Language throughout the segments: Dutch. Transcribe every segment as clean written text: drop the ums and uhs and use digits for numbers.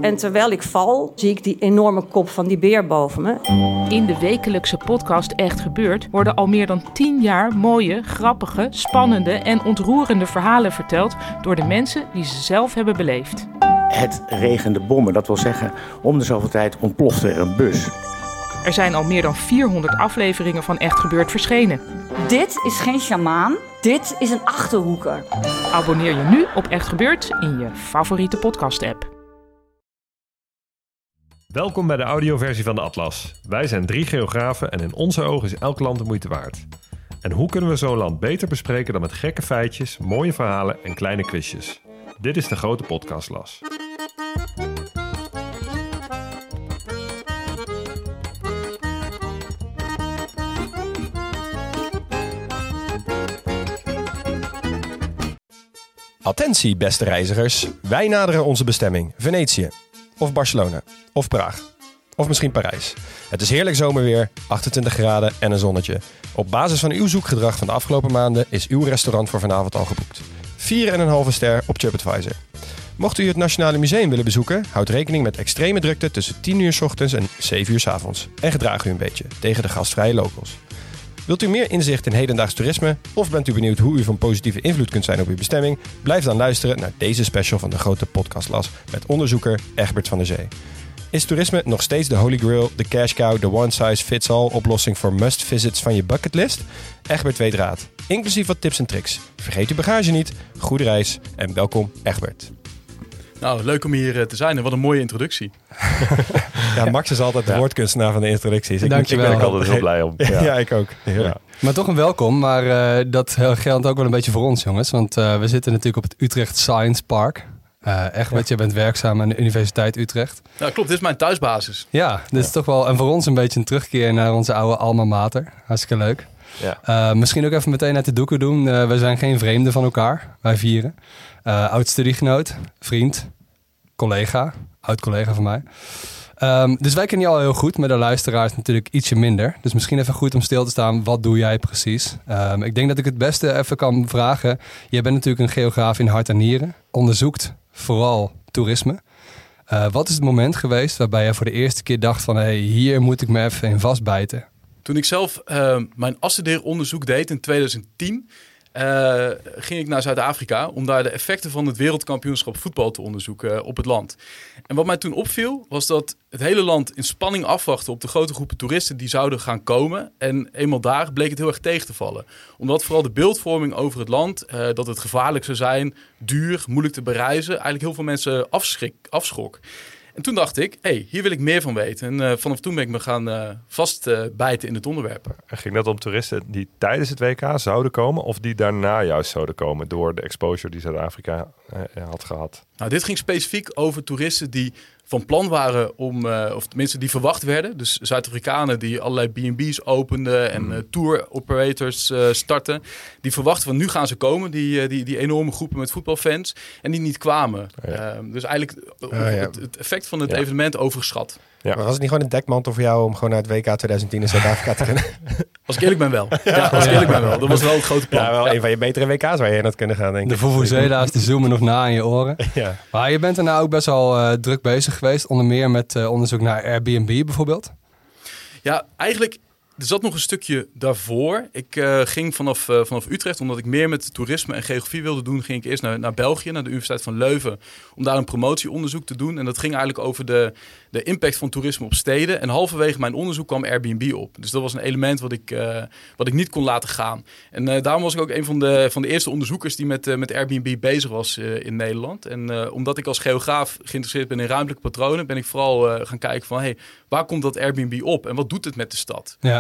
En terwijl ik val, zie ik die enorme kop van die beer boven me. In de wekelijkse podcast Echt Gebeurd worden al meer dan 10 jaar mooie, grappige, spannende en ontroerende verhalen verteld door de mensen die ze zelf hebben beleefd. Het regende bommen, dat wil zeggen, om de zoveel tijd ontplofte er een bus. Er zijn al meer dan 400 afleveringen van Echt Gebeurd verschenen. Dit is geen sjamaan, dit is een Achterhoeker. Abonneer je nu op Echt Gebeurd in je favoriete podcast-app. Welkom bij de audioversie van de Atlas. Wij zijn 3 geografen en in onze ogen is elk land de moeite waard. En hoe kunnen we zo'n land beter bespreken dan met gekke feitjes, mooie verhalen en kleine quizjes? Dit is de grote podcastlas. Attentie, beste reizigers. Wij naderen onze bestemming. Venetië. Of Barcelona. Of Praag. Of misschien Parijs. Het is heerlijk zomerweer, 28 graden en een zonnetje. Op basis van uw zoekgedrag van de afgelopen maanden is uw restaurant voor vanavond al geboekt. 4,5 ster op TripAdvisor. Mocht u het Nationale Museum willen bezoeken, houd rekening met extreme drukte tussen 10 uur 's ochtends en 7 uur 's avonds. En gedraag u een beetje tegen de gastvrije locals. Wilt u meer inzicht in hedendaags toerisme? Of bent u benieuwd hoe u van positieve invloed kunt zijn op uw bestemming? Blijf dan luisteren naar deze special van de grote podcastlas met onderzoeker Egbert van der Zee. Is toerisme nog steeds de holy grail, de cash cow, de one-size-fits-all oplossing voor must-visits van je bucketlist? Egbert weet raad, inclusief wat tips en tricks. Vergeet uw bagage niet, goede reis en welkom Egbert. Nou, leuk om hier te zijn en wat een mooie introductie. Ja, Max is altijd de woordkunstenaar van de introducties. Dankjewel. Ik ben er altijd heel blij om. Ja, ik ook. Ja. Maar toch een welkom, maar dat geldt ook wel een beetje voor ons, jongens. Want we zitten natuurlijk op het Utrecht Science Park. Egbert, je bent werkzaam aan de Universiteit Utrecht. Ja, klopt. Dit is mijn thuisbasis. Ja, dit is toch wel en voor ons een beetje een terugkeer naar onze oude alma mater. Hartstikke leuk. Ja. Misschien ook even meteen uit de doeken doen. We zijn geen vreemden van elkaar. Wij vieren. Oud-studiegenoot, vriend, collega, oud-collega van mij. Dus wij kennen je al heel goed, maar de luisteraars natuurlijk ietsje minder. Dus misschien even goed om stil te staan, wat doe jij precies? Ik denk dat ik het beste even kan vragen. Jij bent natuurlijk een geograaf in hart en nieren. Onderzoekt vooral toerisme. Wat is het moment geweest waarbij je voor de eerste keer dacht van... hey, hier moet ik me even in vastbijten? Toen ik zelf mijn afstudeeronderzoek deed in 2010... ging ik naar Zuid-Afrika om daar de effecten van het wereldkampioenschap voetbal te onderzoeken op het land. En wat mij toen opviel was dat het hele land in spanning afwachtte op de grote groepen toeristen die zouden gaan komen. En eenmaal daar bleek het heel erg tegen te vallen. Omdat vooral de beeldvorming over het land, dat het gevaarlijk zou zijn, duur, moeilijk te bereizen, eigenlijk heel veel mensen afschrok. En toen dacht ik, hier wil ik meer van weten. En vanaf toen ben ik me gaan vastbijten in het onderwerp. Ging dat om toeristen die tijdens het WK zouden komen... of die daarna juist zouden komen door de exposure die Zuid-Afrika had gehad? Nou, dit ging specifiek over toeristen die van plan waren om... of tenminste die verwacht werden. Dus Zuid-Afrikanen die allerlei B&B's openden... en tour operators starten. Die verwachten van nu gaan ze komen. Die enorme groepen met voetbalfans. En die niet kwamen. Ja. Dus eigenlijk het effect van het evenement overgeschat. Ja. Maar was het niet gewoon een dekmantel voor jou om gewoon naar het WK 2010 in Zuid-Afrika te kunnen? Als ik eerlijk ben wel. Dat was wel het grote plan. Ja, wel een van je betere WK's waar je heen had kunnen gaan, denk ik. De Vuvuzela's die zoomen nog na in je oren. Ja. Maar je bent er nou ook best wel druk bezig geweest. Onder meer met onderzoek naar Airbnb bijvoorbeeld. Ja, eigenlijk... Er zat nog een stukje daarvoor. Ik ging vanaf Utrecht, omdat ik meer met toerisme en geografie wilde doen, ging ik eerst naar België, naar de Universiteit van Leuven, om daar een promotieonderzoek te doen. En dat ging eigenlijk over de impact van toerisme op steden. En halverwege mijn onderzoek kwam Airbnb op. Dus dat was een element wat ik niet kon laten gaan. En daarom was ik ook een van de eerste onderzoekers die met Airbnb bezig was in Nederland. En omdat ik als geograaf geïnteresseerd ben in ruimtelijke patronen, ben ik vooral gaan kijken van, waar komt dat Airbnb op en wat doet het met de stad? Ja.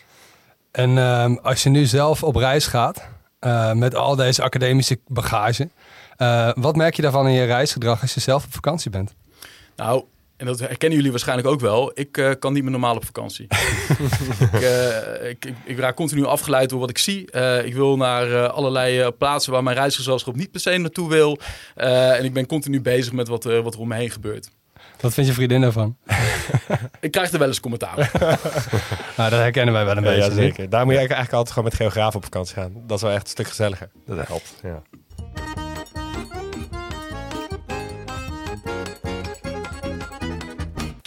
En als je nu zelf op reis gaat met al deze academische bagage, wat merk je daarvan in je reisgedrag als je zelf op vakantie bent? Nou, en dat herkennen jullie waarschijnlijk ook wel. Ik kan niet meer normaal op vakantie. Ik raak continu afgeleid door wat ik zie. Ik wil naar allerlei plaatsen waar mijn reisgezelschap niet per se naartoe wil. En ik ben continu bezig met wat er om me heen gebeurt. Wat vindt je vriendin daarvan? Ik krijg er wel eens commentaar. Nou, dat herkennen wij wel een beetje. Ja, zeker. Daar moet je eigenlijk altijd gewoon met geografen op vakantie gaan. Dat is wel echt een stuk gezelliger. Dat helpt, ja.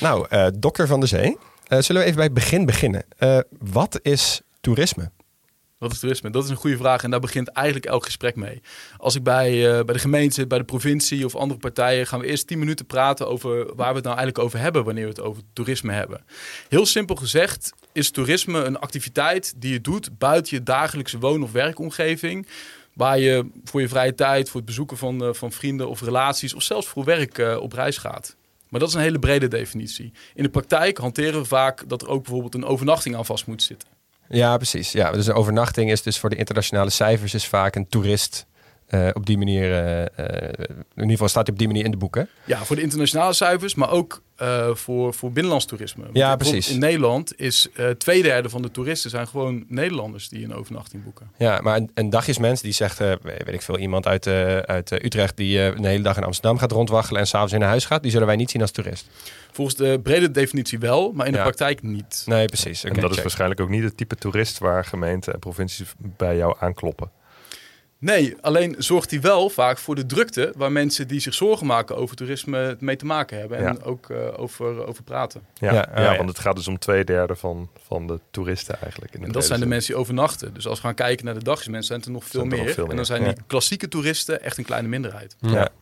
Dokter Van der Zee. Zullen we even bij het begin beginnen? Wat is toerisme? Wat is toerisme? Dat is een goede vraag en daar begint eigenlijk elk gesprek mee. Als ik bij de gemeente zit, bij de provincie of andere partijen, gaan we eerst 10 minuten praten over waar we het nou eigenlijk over hebben wanneer we het over toerisme hebben. Heel simpel gezegd is toerisme een activiteit die je doet buiten je dagelijkse woon- of werkomgeving, waar je voor je vrije tijd, voor het bezoeken van vrienden of relaties of zelfs voor werk op reis gaat. Maar dat is een hele brede definitie. In de praktijk hanteren we vaak dat er ook bijvoorbeeld een overnachting aan vast moet zitten. Ja, precies. Ja, dus een overnachting is dus voor de internationale cijfers is vaak een toerist op die manier. In ieder geval staat hij op die manier in de boeken. Ja, voor de internationale cijfers, maar ook voor binnenlands toerisme. Want ja, precies. In Nederland is 2/3 van de toeristen zijn gewoon Nederlanders die een overnachting boeken. Ja, maar een dagjesmens die zegt, weet ik veel, iemand uit Utrecht die een hele dag in Amsterdam gaat rondwaggelen en s'avonds in naar huis gaat, die zullen wij niet zien als toerist. Volgens de brede definitie wel, maar in de praktijk niet. Nee, precies. En dat is waarschijnlijk ook niet het type toerist waar gemeenten en provincies bij jou aankloppen. Nee, alleen zorgt hij wel vaak voor de drukte waar mensen die zich zorgen maken over toerisme mee te maken hebben. En ook over praten. Want het gaat dus om 2/3 van de toeristen eigenlijk. En dat zijn de mensen die overnachten. Dus als we gaan kijken naar de dagjesmensen, zijn er nog veel meer. En dan zijn die klassieke toeristen echt een kleine minderheid.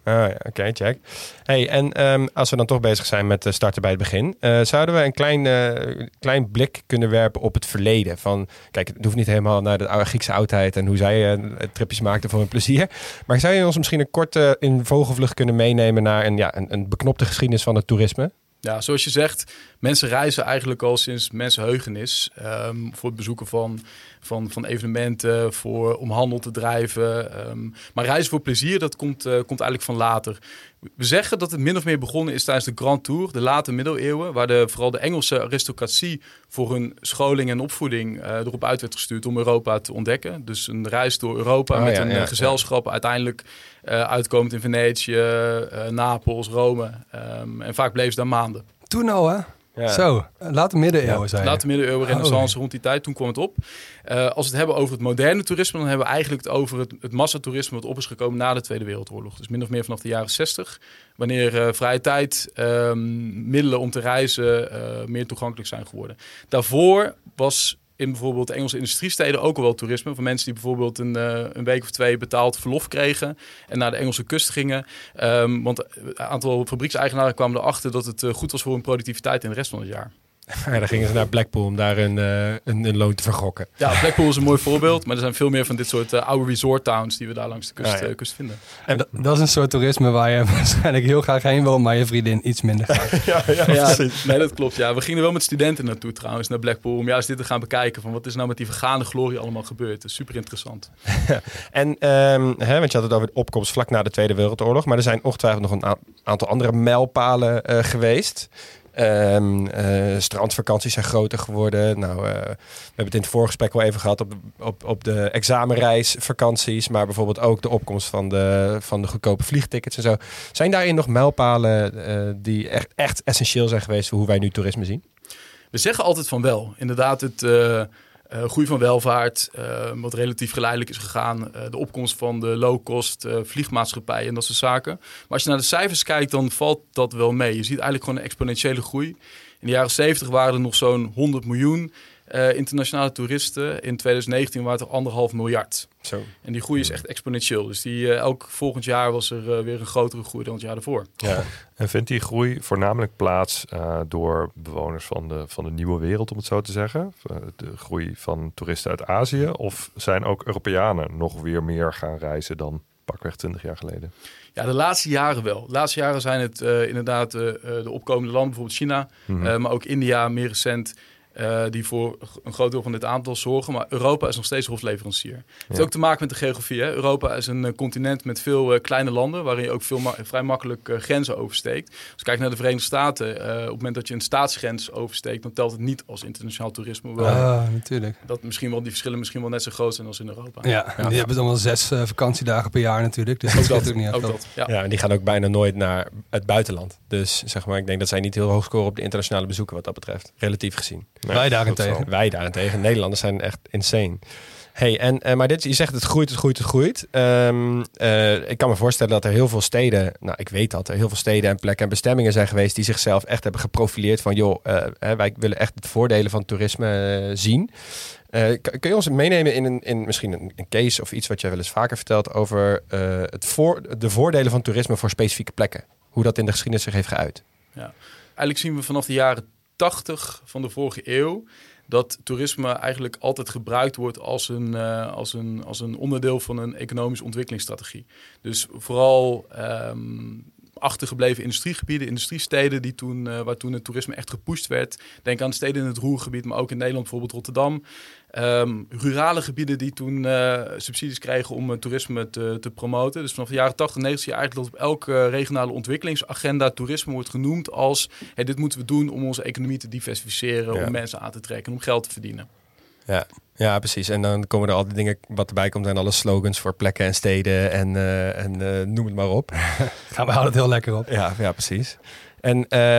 Oké, check. Hey, en als we dan toch bezig zijn met starten bij het begin, zouden we een klein blik kunnen werpen op het verleden. Van, kijk, het hoeft niet helemaal naar de oude Griekse oudheid en hoe zij tripjes maakten voor hun plezier. Maar zou je ons misschien een korte in vogelvlucht kunnen meenemen naar een beknopte geschiedenis van het toerisme? Ja, zoals je zegt, mensen reizen eigenlijk al sinds mensenheugenis voor het bezoeken van evenementen, om handel te drijven. Maar reizen voor plezier, dat komt eigenlijk van later. We zeggen dat het min of meer begonnen is tijdens de Grand Tour, de late middeleeuwen, waar vooral de Engelse aristocratie voor hun scholing en opvoeding erop uit werd gestuurd om Europa te ontdekken. Dus een reis door Europa met een gezelschap, uiteindelijk uitkomend in Venetië, Napels, Rome. En vaak bleef ze daar maanden. Toen al, hè? Ja. Zo, late middeleeuwen zijn. Late middeleeuwen, renaissance, rond die tijd. Toen kwam het op. Als we het hebben over het moderne toerisme, dan hebben we eigenlijk het over het massatoerisme wat op is gekomen na de Tweede Wereldoorlog. Dus min of meer vanaf de jaren 60. Wanneer vrije tijd, middelen om te reizen meer toegankelijk zijn geworden. Daarvoor was in bijvoorbeeld de Engelse industriesteden ook al wel toerisme. Van mensen die bijvoorbeeld een week of 2 betaald verlof kregen en naar de Engelse kust gingen. Want een aantal fabriekseigenaren kwamen erachter dat het goed was voor hun productiviteit in de rest van het jaar. Ja, dan gingen ze naar Blackpool om daar een loon te vergokken. Ja, Blackpool is een mooi voorbeeld. Maar er zijn veel meer van dit soort oude resort towns die we daar langs de kust vinden. En dat is een soort toerisme waar je waarschijnlijk heel graag heen wil, maar je vriendin iets minder gaat. Nee, dat klopt. Ja. We gingen wel met studenten naartoe trouwens, naar Blackpool, om juist dit te gaan bekijken. Van wat is nou met die vergane glorie allemaal gebeurd. Dat is super interessant. En, want je had het over de opkomst vlak na de Tweede Wereldoorlog. Maar er zijn ongetwijfeld nog een aantal andere mijlpalen geweest. Strandvakanties zijn groter geworden. We hebben het in het voorgesprek wel even gehad op de examenreisvakanties, maar bijvoorbeeld ook de opkomst van de goedkope vliegtickets en zo. Zijn daarin nog mijlpalen die echt essentieel zijn geweest voor hoe wij nu toerisme zien? We zeggen altijd van wel. Inderdaad, het groei van welvaart, wat relatief geleidelijk is gegaan. De opkomst van de low-cost vliegmaatschappijen en dat soort zaken. Maar als je naar de cijfers kijkt, dan valt dat wel mee. Je ziet eigenlijk gewoon een exponentiële groei. In de jaren 70 waren er nog zo'n 100 miljoen internationale toeristen. In 2019 waren het er 1,5 miljard. Zo. En die groei is echt exponentieel. Dus elk volgend jaar was er weer een grotere groei dan het jaar daarvoor. Ja. En vindt die groei voornamelijk plaats door bewoners van de nieuwe wereld, om het zo te zeggen? De groei van toeristen uit Azië? Of zijn ook Europeanen nog weer meer gaan reizen dan pakweg 20 jaar geleden? Ja, de laatste jaren wel. De laatste jaren zijn het inderdaad de opkomende landen, bijvoorbeeld China, maar ook India meer recent. Die voor een groot deel van dit aantal zorgen. Maar Europa is nog steeds hoofdleverancier. Het heeft ook te maken met de geografie. Hè? Europa is een continent met veel kleine landen, waarin je ook vrij makkelijk grenzen oversteekt. Als je kijkt naar de Verenigde Staten, op het moment dat je een staatsgrens oversteekt, dan telt het niet als internationaal toerisme. Natuurlijk. Die verschillen misschien wel net zo groot zijn als in Europa. Ja, die hebben dan wel 6 vakantiedagen per jaar natuurlijk. Dus dat ook niet ook. Ja, en die gaan ook bijna nooit naar het buitenland. Dus zeg maar, ik denk dat zij niet heel hoog scoren op de internationale bezoeken wat dat betreft. Relatief gezien. Nee, wij daarentegen. Nederlanders zijn echt insane. Hey, maar je zegt het groeit. Ik kan me voorstellen dat er heel veel steden... Nou, ik weet dat er heel veel steden en plekken en bestemmingen zijn geweest... die zichzelf echt hebben geprofileerd van... wij willen echt het voordelen van toerisme zien. Kun je ons meenemen in misschien een case of iets wat jij wel eens vaker vertelt... over de voordelen van toerisme voor specifieke plekken? Hoe dat in de geschiedenis zich heeft geuit? Ja. Eigenlijk zien we vanaf de jaren 80 van de vorige eeuw... dat toerisme eigenlijk altijd gebruikt wordt als een onderdeel van een economische ontwikkelingsstrategie. Dus vooral achtergebleven industriegebieden, industriesteden waar toen het toerisme echt gepusht werd. Denk aan de steden in het Ruhrgebied, maar ook in Nederland, bijvoorbeeld Rotterdam. Rurale gebieden die toen subsidies kregen om toerisme te promoten. Dus vanaf de jaren 80 en 90 zie je eigenlijk dat op elke regionale ontwikkelingsagenda toerisme wordt genoemd als dit moeten we doen om onze economie te diversificeren, om mensen aan te trekken, om geld te verdienen. Ja, precies. En dan komen er al die dingen wat erbij komt en alle slogans voor plekken en steden en noem het maar op. Gaan we houden het heel lekker op. Ja, precies. En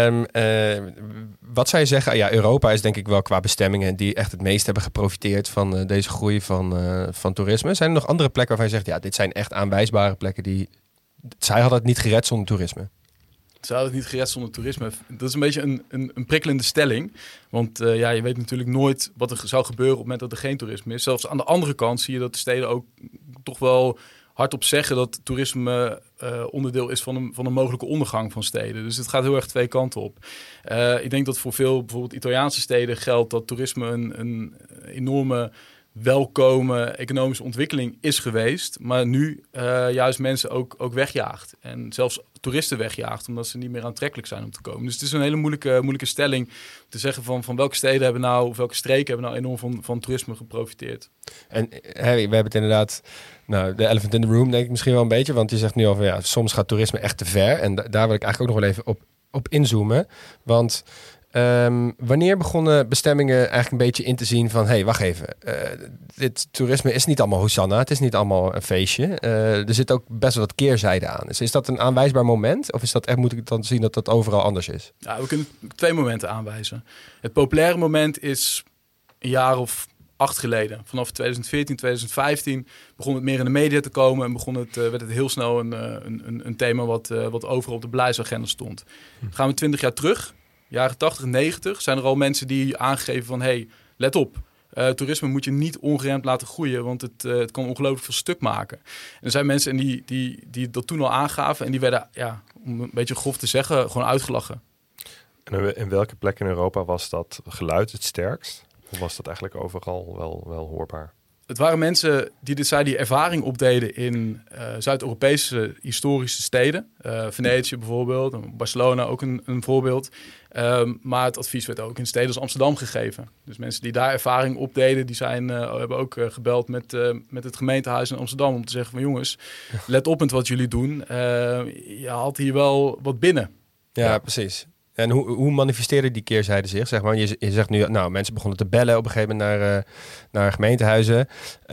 wat zou je zeggen? Ja, Europa is denk ik wel qua bestemmingen die echt het meest hebben geprofiteerd van deze groei van toerisme. Zijn er nog andere plekken waarvan je zegt, dit zijn echt aanwijsbare plekken zij hadden het niet gered zonder toerisme? Ze hadden het niet gered zonder toerisme. Dat is een beetje een prikkelende stelling. Want je weet natuurlijk nooit wat er zou gebeuren op het moment dat er geen toerisme is. Zelfs aan de andere kant zie je dat de steden ook toch wel hardop zeggen dat toerisme onderdeel is van een mogelijke ondergang van steden. Dus het gaat heel erg twee kanten op. Ik denk dat voor veel bijvoorbeeld Italiaanse steden geldt dat toerisme een enorme welkome economische ontwikkeling is geweest, maar nu juist mensen ook wegjaagt. En zelfs toeristen wegjaagt, omdat ze niet meer aantrekkelijk zijn om te komen. Dus het is een hele moeilijke stelling te zeggen van welke steden hebben nou, of welke streken hebben nou enorm van toerisme geprofiteerd. En we hebben het inderdaad, de elephant in the room denk ik misschien wel een beetje, want je zegt nu al van soms gaat toerisme echt te ver. En daar wil ik eigenlijk ook nog wel even op inzoomen, want wanneer begonnen bestemmingen eigenlijk een beetje in te zien van wacht even, dit toerisme is niet allemaal Hosanna, het is niet allemaal een feestje. Er zit ook best wel wat keerzijde aan. Dus is dat een aanwijsbaar moment of is dat echt, moet ik dan zien dat dat overal anders is? Ja, we kunnen 2 momenten aanwijzen. Het populaire moment is een jaar of 8 geleden. Vanaf 2014, 2015 begon het meer in de media te komen en werd het heel snel een thema wat overal op de beleidsagenda stond. Gaan we 20 jaar terug, jaren 80, 90, zijn er al mensen die aangegeven van let op, toerisme moet je niet ongeremd laten groeien, want het kan ongelooflijk veel stuk maken. En er zijn mensen die dat toen al aangaven en die werden, om een beetje grof te zeggen, gewoon uitgelachen. En in welke plek in Europa was dat geluid het sterkst? Of was dat eigenlijk overal wel hoorbaar? Het waren mensen die ervaring opdeden in Zuid-Europese historische steden. Venetië bijvoorbeeld, Barcelona ook een voorbeeld. Maar het advies werd ook in steden als Amsterdam gegeven. Dus mensen die daar ervaring opdeden, die hebben ook gebeld met het gemeentehuis in Amsterdam om te zeggen van jongens, let op met wat jullie doen. Je haalt hier wel wat binnen. Ja, precies. En hoe manifesteerde die keerzijde zich? Zeg maar? Je zegt nu, mensen begonnen te bellen op een gegeven moment naar gemeentehuizen.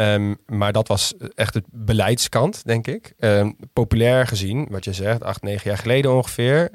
Maar dat was echt het beleidskant, denk ik. Populair gezien, wat je zegt, 8-9 jaar geleden ongeveer.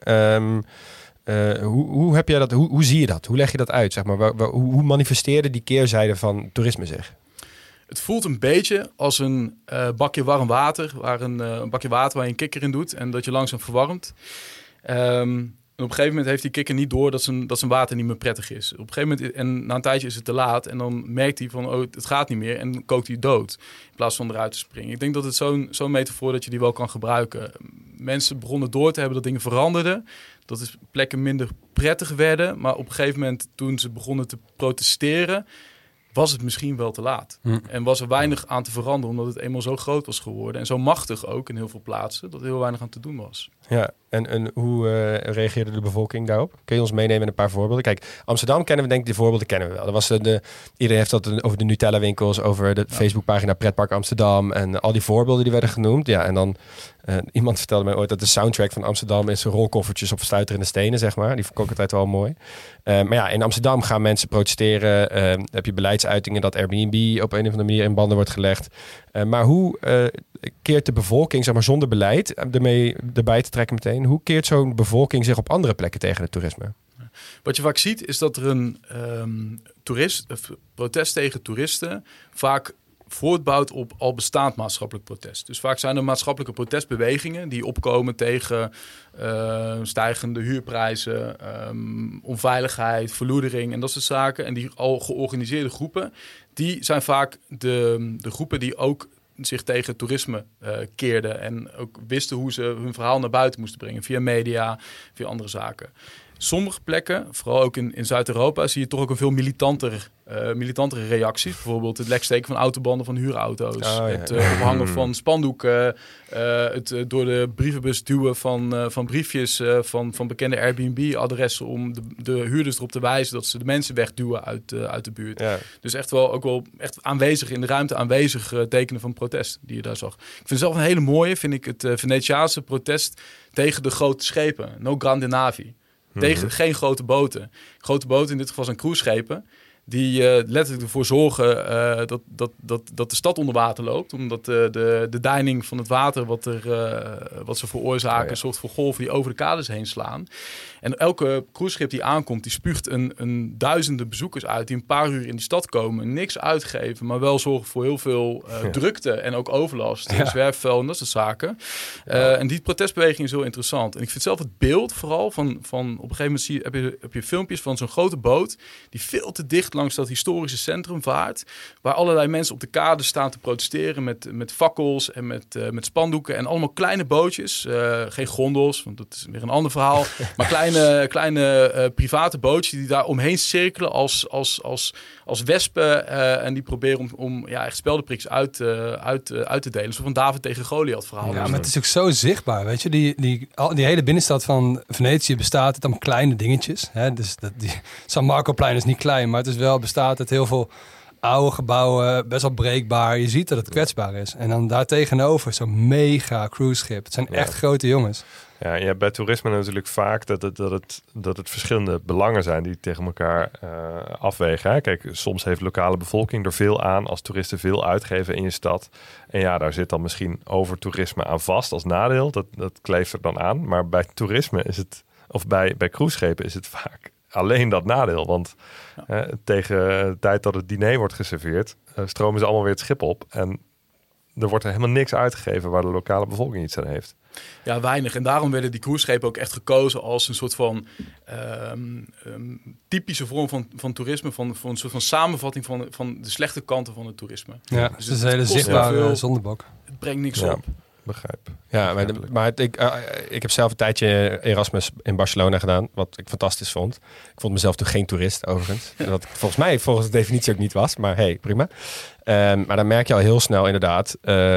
Hoe heb jij dat? Hoe zie je dat? Hoe leg je dat uit? Zeg maar? Hoe manifesteerde die keerzijde van toerisme zich? Het voelt een beetje als een bakje warm water, een bakje water waar je een kikker in doet en dat je langzaam verwarmt. En op een gegeven moment heeft die kikker niet door dat zijn water niet meer prettig is. Op een gegeven moment, en na een tijdje is het te laat. En dan merkt hij van, het gaat niet meer. En dan kookt hij dood. In plaats van eruit te springen. Ik denk dat het zo'n metafoor dat je die wel kan gebruiken. Mensen begonnen door te hebben dat dingen veranderden. Dat is plekken minder prettig werden. Maar op een gegeven moment, toen ze begonnen te protesteren, was het misschien wel te laat. En was er weinig aan te veranderen, omdat het eenmaal zo groot was geworden. En zo machtig ook in heel veel plaatsen, dat er heel weinig aan te doen was. Ja, en hoe reageerde de bevolking daarop? Kun je ons meenemen in een paar voorbeelden? Kijk, Amsterdam kennen we, denk ik, de voorbeelden kennen we wel. Er was iedereen heeft dat over de Nutella-winkels, over de Facebookpagina Pretpark Amsterdam en al die voorbeelden die werden genoemd. Ja, en dan iemand vertelde mij ooit dat de soundtrack van Amsterdam is rolkoffertjes op stuiterende stenen, zeg maar. Die vond ik altijd wel mooi. Maar in Amsterdam gaan mensen protesteren. Heb je beleidsuitingen dat Airbnb op een of andere manier in banden wordt gelegd. Maar hoe keert de bevolking, zeg maar zonder beleid, erbij te trekken meteen, hoe keert zo'n bevolking zich op andere plekken tegen het toerisme? Wat je vaak ziet is dat er een protest tegen toeristen vaak voortbouwt op al bestaand maatschappelijk protest. Dus vaak zijn er maatschappelijke protestbewegingen die opkomen tegen stijgende huurprijzen, onveiligheid, verloedering en dat soort zaken. En die al georganiseerde groepen, die zijn vaak de groepen die ook zich tegen toerisme keerden en ook wisten hoe ze hun verhaal naar buiten moesten brengen via media, via andere zaken. Sommige plekken, vooral ook in Zuid-Europa, zie je toch ook een veel militantere reacties. Bijvoorbeeld het leksteken van autobanden van huurauto's. Het ophangen van spandoeken. Het door de brievenbus duwen van briefjes van bekende Airbnb-adressen om de huurders erop te wijzen dat ze de mensen wegduwen uit de buurt. Ja. Dus echt wel echt aanwezig in de ruimte, aanwezig tekenen van protest die je daar zag. Ik vind zelf een hele mooie, vind ik het Venetiaanse protest tegen de grote schepen. No grande navi. Tegen geen grote boten. Grote boten, in dit geval zijn cruiseschepen, die letterlijk ervoor zorgen dat de stad onder water loopt. Omdat de deining van het water wat ze veroorzaken zorgt voor golven die over de kades heen slaan. En elke cruiseschip die aankomt, die spuugt een duizenden bezoekers uit die een paar uur in die stad komen. Niks uitgeven, maar wel zorgen voor heel veel drukte en ook overlast. Zwerfvuil en dat soort zaken. En die protestbeweging is heel interessant. En ik vind zelf het beeld vooral van op een gegeven moment heb je filmpjes van zo'n grote boot die veel te dicht langs dat historische centrum vaart, waar allerlei mensen op de kade staan te protesteren met fakkels en met spandoeken en allemaal kleine bootjes. Geen gondels, want dat is weer een ander verhaal, maar kleine private bootjes die daar omheen cirkelen als wespen en die proberen om echt speldenpriks uit te delen. Zo van David tegen Goliath verhaal. Ja, maar het is ook zo zichtbaar, weet je. Die hele binnenstad van Venetië bestaat uit allemaal kleine dingetjes. Hè? Dus San Marcoplein is niet klein, maar het is wel bestaat uit heel veel oude gebouwen, best wel breekbaar. Je ziet dat het kwetsbaar is. En dan daartegenover zo'n mega cruiseschip. Het zijn echt grote jongens. Ja, je hebt bij toerisme natuurlijk vaak dat het verschillende belangen zijn die tegen elkaar afwegen. Hè? Kijk, soms heeft lokale bevolking er veel aan als toeristen veel uitgeven in je stad. En ja, daar zit dan misschien overtoerisme aan vast als nadeel. Dat kleeft er dan aan. Maar bij toerisme is het, of bij cruiseschepen is het vaak alleen dat nadeel. Want tegen de tijd dat het diner wordt geserveerd, stromen ze allemaal weer het schip op. En er wordt er helemaal niks uitgegeven waar de lokale bevolking iets aan heeft. Ja, weinig. En daarom werden die cruiseschepen ook echt gekozen als een soort van typische vorm van toerisme, van een soort van samenvatting van de slechte kanten van het toerisme. Ja, dus het is een hele zichtbare zondebok. Het brengt niks op. Begrijp. Ja, maar ik heb zelf een tijdje Erasmus in Barcelona gedaan, wat ik fantastisch vond. Ik vond mezelf toen geen toerist, overigens. Wat ik volgens de definitie ook niet was, maar hey, prima. Maar dan merk je al heel snel inderdaad.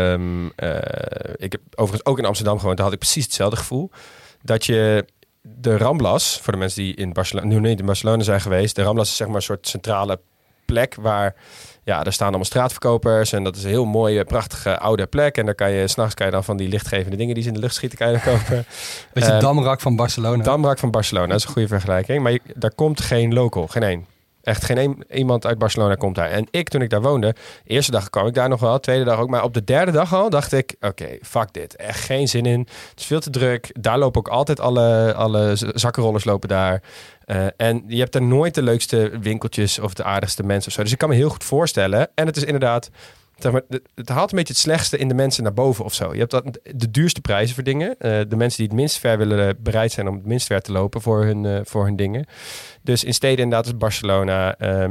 Ik heb overigens ook in Amsterdam gewoond, daar had ik precies hetzelfde gevoel. Dat je de Ramblas, voor de mensen die in Barcelona zijn geweest, de Ramblas is zeg maar een soort centrale plek waar daar staan allemaal straatverkopers en dat is een heel mooie, prachtige oude plek. En daar kan je 's nachts dan van die lichtgevende dingen die ze in de lucht schieten, kan je dan kopen. Beetje Damrak van Barcelona. Damrak van Barcelona, dat is een goede vergelijking. Maar daar komt geen local, geen één. Echt geen iemand uit Barcelona komt daar. En toen ik daar woonde, eerste dag kwam ik daar nog wel, tweede dag ook. Maar op de derde dag al dacht ik, oké, fuck dit. Echt geen zin in. Het is veel te druk. Daar lopen ook altijd alle zakkenrollers lopen daar. En je hebt er nooit de leukste winkeltjes of de aardigste mensen of zo. Dus ik kan me heel goed voorstellen. En het is inderdaad, zeg maar, het haalt een beetje het slechtste in de mensen naar boven of zo. Je hebt de duurste prijzen voor dingen. De mensen die het minst ver willen bereid zijn om het minst ver te lopen voor hun dingen. Dus in steden inderdaad als Barcelona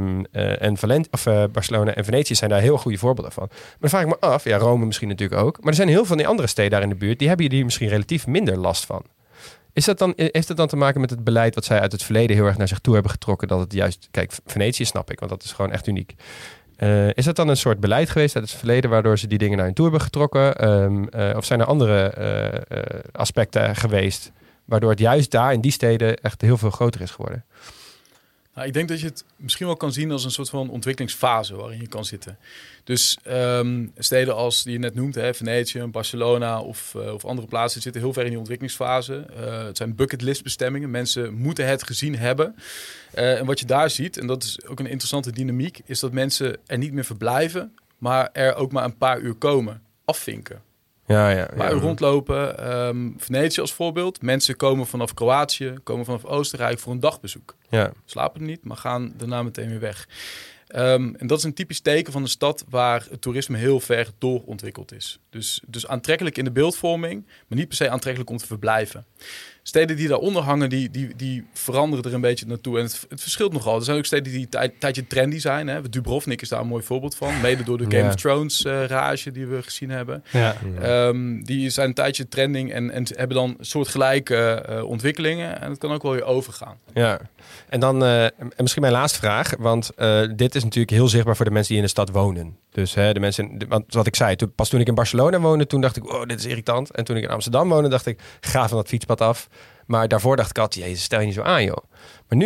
Barcelona en Venetië zijn daar heel goede voorbeelden van. Maar dan vraag ik me af, Rome misschien natuurlijk ook. Maar er zijn heel veel van die andere steden daar in de buurt, die hebben hier misschien relatief minder last van. Heeft het dan te maken met het beleid wat zij uit het verleden heel erg naar zich toe hebben getrokken? Dat het juist, kijk, Venetië snap ik, want dat is gewoon echt uniek. Is dat dan een soort beleid geweest uit het verleden waardoor ze die dingen naar hun toe hebben getrokken? Of zijn er andere aspecten geweest waardoor het juist daar in die steden echt heel veel groter is geworden? Nou, ik denk dat je het misschien wel kan zien als een soort van ontwikkelingsfase waarin je kan zitten. Dus steden als die je net noemt, Venetië, Barcelona of andere plaatsen zitten heel ver in die ontwikkelingsfase. Het zijn bucketlist bestemmingen. Mensen moeten het gezien hebben. En wat je daar ziet, en dat is ook een interessante dynamiek, is dat mensen er niet meer verblijven, maar er ook maar een paar uur komen, afvinken. Maar rondlopen. Venetië als voorbeeld. Mensen komen vanaf Kroatië, komen vanaf Oostenrijk voor een dagbezoek. Ja. Slapen er niet, maar gaan daarna meteen weer weg. En dat is een typisch teken van een stad waar het toerisme heel ver doorontwikkeld is. Dus aantrekkelijk in de beeldvorming, maar niet per se aantrekkelijk om te verblijven. Steden die daaronder hangen, die veranderen er een beetje naartoe. En het verschilt nogal. Er zijn ook steden die een tijdje trendy zijn. Hè. Dubrovnik is daar een mooi voorbeeld van. Mede door de Game of Thrones rage die we gezien hebben. Ja. Die zijn een tijdje trending en hebben dan soortgelijke ontwikkelingen. En het kan ook wel weer overgaan. Ja, en dan en misschien mijn laatste vraag. Want dit is natuurlijk heel zichtbaar voor de mensen die in de stad wonen. Dus de mensen, want wat ik zei, toen ik in Barcelona woonde, toen dacht ik, oh, dit is irritant. En toen ik in Amsterdam woonde, dacht ik, ga van dat fietspad af. Maar daarvoor dacht ik altijd, jezus, stel je niet zo aan, joh. Maar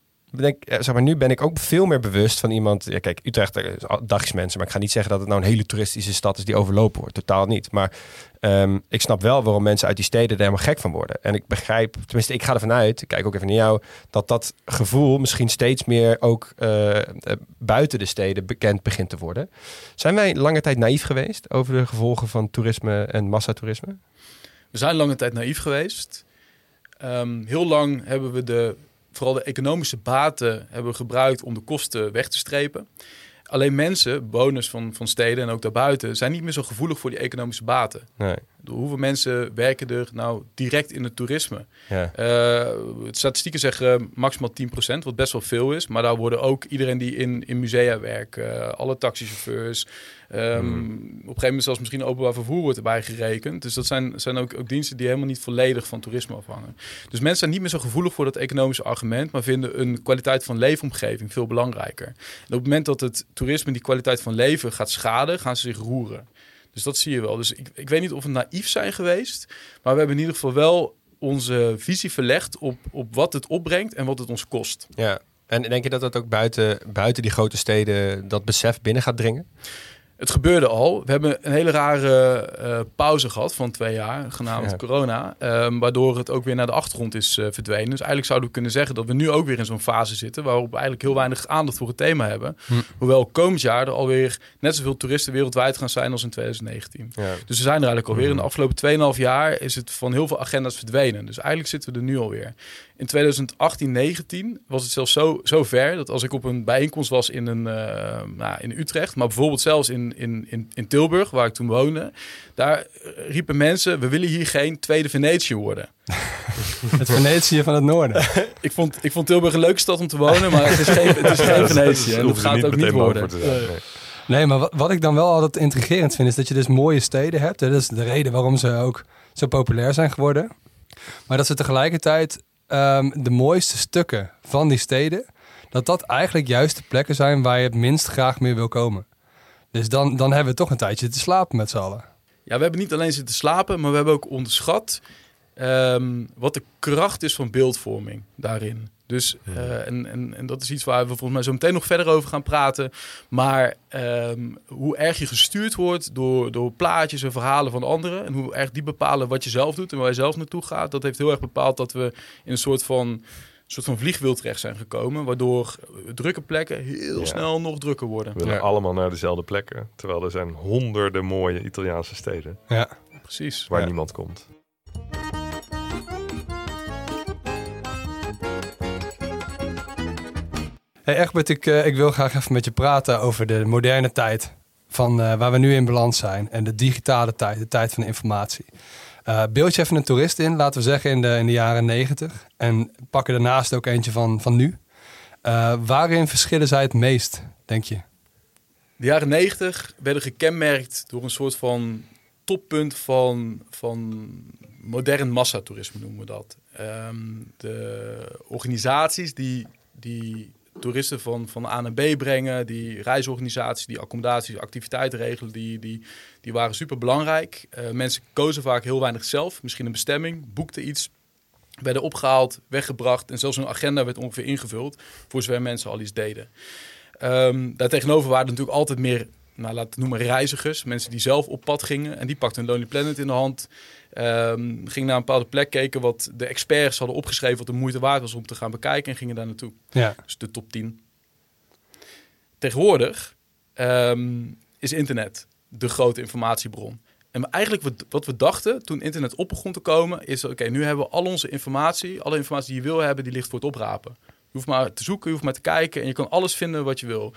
nu ben ik ook veel meer bewust van iemand. Ja, kijk, Utrecht is dagjesmensen, maar ik ga niet zeggen dat het nou een hele toeristische stad is die overlopen wordt. Totaal niet. Maar ik snap wel waarom mensen uit die steden er helemaal gek van worden. En ik begrijp, tenminste, ik ga ervan uit, ik kijk ook even naar jou, dat gevoel misschien steeds meer ook buiten de steden bekend begint te worden. Zijn wij lange tijd naïef geweest over de gevolgen van toerisme en massatoerisme? We zijn lange tijd naïef geweest. Heel lang hebben we vooral de economische baten hebben we gebruikt om de kosten weg te strepen. Alleen mensen, bewoners van steden en ook daarbuiten, zijn niet meer zo gevoelig voor die economische baten. Nee. Hoeveel mensen werken er nou direct in het toerisme? Ja. Statistieken zeggen maximaal 10%, wat best wel veel is. Maar daar worden ook iedereen die in musea werkt, alle taxichauffeurs. Op een gegeven moment zelfs misschien openbaar vervoer wordt erbij gerekend. Dus dat zijn ook diensten die helemaal niet volledig van toerisme afhangen. Dus mensen zijn niet meer zo gevoelig voor dat economische argument, maar vinden een kwaliteit van leefomgeving veel belangrijker. En op het moment dat het toerisme die kwaliteit van leven gaat schaden, gaan ze zich roeren. Dus dat zie je wel. Dus ik weet niet of we naïef zijn geweest, maar we hebben in ieder geval wel onze visie verlegd op wat het opbrengt en wat het ons kost. Ja. En denk je dat dat ook buiten die grote steden dat besef binnen gaat dringen? Het gebeurde al. We hebben een hele rare pauze gehad van 2 jaar, genaamd corona. Waardoor het ook weer naar de achtergrond is verdwenen. Dus eigenlijk zouden we kunnen zeggen dat we nu ook weer in zo'n fase zitten, waarop we eigenlijk heel weinig aandacht voor het thema hebben. Hoewel komend jaar er alweer net zoveel toeristen wereldwijd gaan zijn als in 2019. Ja. Dus we zijn er eigenlijk alweer. In de afgelopen 2,5 jaar is het van heel veel agenda's verdwenen. Dus eigenlijk zitten we er nu alweer. In 2018-19 was het zelfs zo ver dat als ik op een bijeenkomst was in Utrecht, maar bijvoorbeeld zelfs in Tilburg, waar ik toen woonde, daar riepen mensen, we willen hier geen tweede Venetië worden. Het Venetië van het noorden. Ik vond Tilburg een leuke stad om te wonen, maar het is geen Venetië. En dat gaat het ook niet worden. Nee, maar wat ik dan wel altijd intrigerend vind, is dat je dus mooie steden hebt. Dat is de reden waarom ze ook zo populair zijn geworden. Maar dat ze tegelijkertijd de mooiste stukken van die steden, dat eigenlijk juist de plekken zijn waar je het minst graag meer wil komen. Dus dan hebben we toch een tijdje te slapen met z'n allen. Ja, we hebben niet alleen zitten slapen, maar we hebben ook onderschat wat de kracht is van beeldvorming daarin. Dus, en dat is iets waar we volgens mij zo meteen nog verder over gaan praten. Maar hoe erg je gestuurd wordt door plaatjes en verhalen van anderen, en hoe erg die bepalen wat je zelf doet en waar je zelf naartoe gaat, dat heeft heel erg bepaald dat we in een soort van vliegwiel terecht zijn gekomen, waardoor drukke plekken heel snel nog drukker worden. We willen allemaal naar dezelfde plekken, terwijl er zijn honderden mooie Italiaanse steden. Ja, precies. Waar niemand komt. Hey Egbert, ik wil graag even met je praten over de moderne tijd van waar we nu in balans zijn en de digitale tijd, de tijd van de informatie. Beeld je even een toerist in, laten we zeggen in de jaren 90 en pakken daarnaast ook eentje van nu. Waarin verschillen zij het meest, denk je? De jaren 90 werden gekenmerkt door een soort van toppunt van modern massatoerisme, noemen we dat. De organisaties die toeristen van A naar B brengen, die reisorganisaties, die accommodaties, activiteiten regelen, die waren super belangrijk. Mensen kozen vaak heel weinig zelf, misschien een bestemming, boekten iets, werden opgehaald, weggebracht en zelfs hun agenda werd ongeveer ingevuld voor zover mensen al iets deden. Daartegenover waren er natuurlijk altijd meer, laten we het noemen, reizigers, mensen die zelf op pad gingen en die pakten een Lonely Planet in de hand. Gingen naar een bepaalde plek, keken wat de experts hadden opgeschreven, wat de moeite waard was om te gaan bekijken en gingen daar naartoe. Ja. Dus de top 10. Tegenwoordig is internet de grote informatiebron. En eigenlijk wat we dachten toen internet op begon te komen, is oké, nu hebben we al onze informatie, alle informatie die je wil hebben, die ligt voor het oprapen. Je hoeft maar te zoeken, je hoeft maar te kijken en je kan alles vinden wat je wil.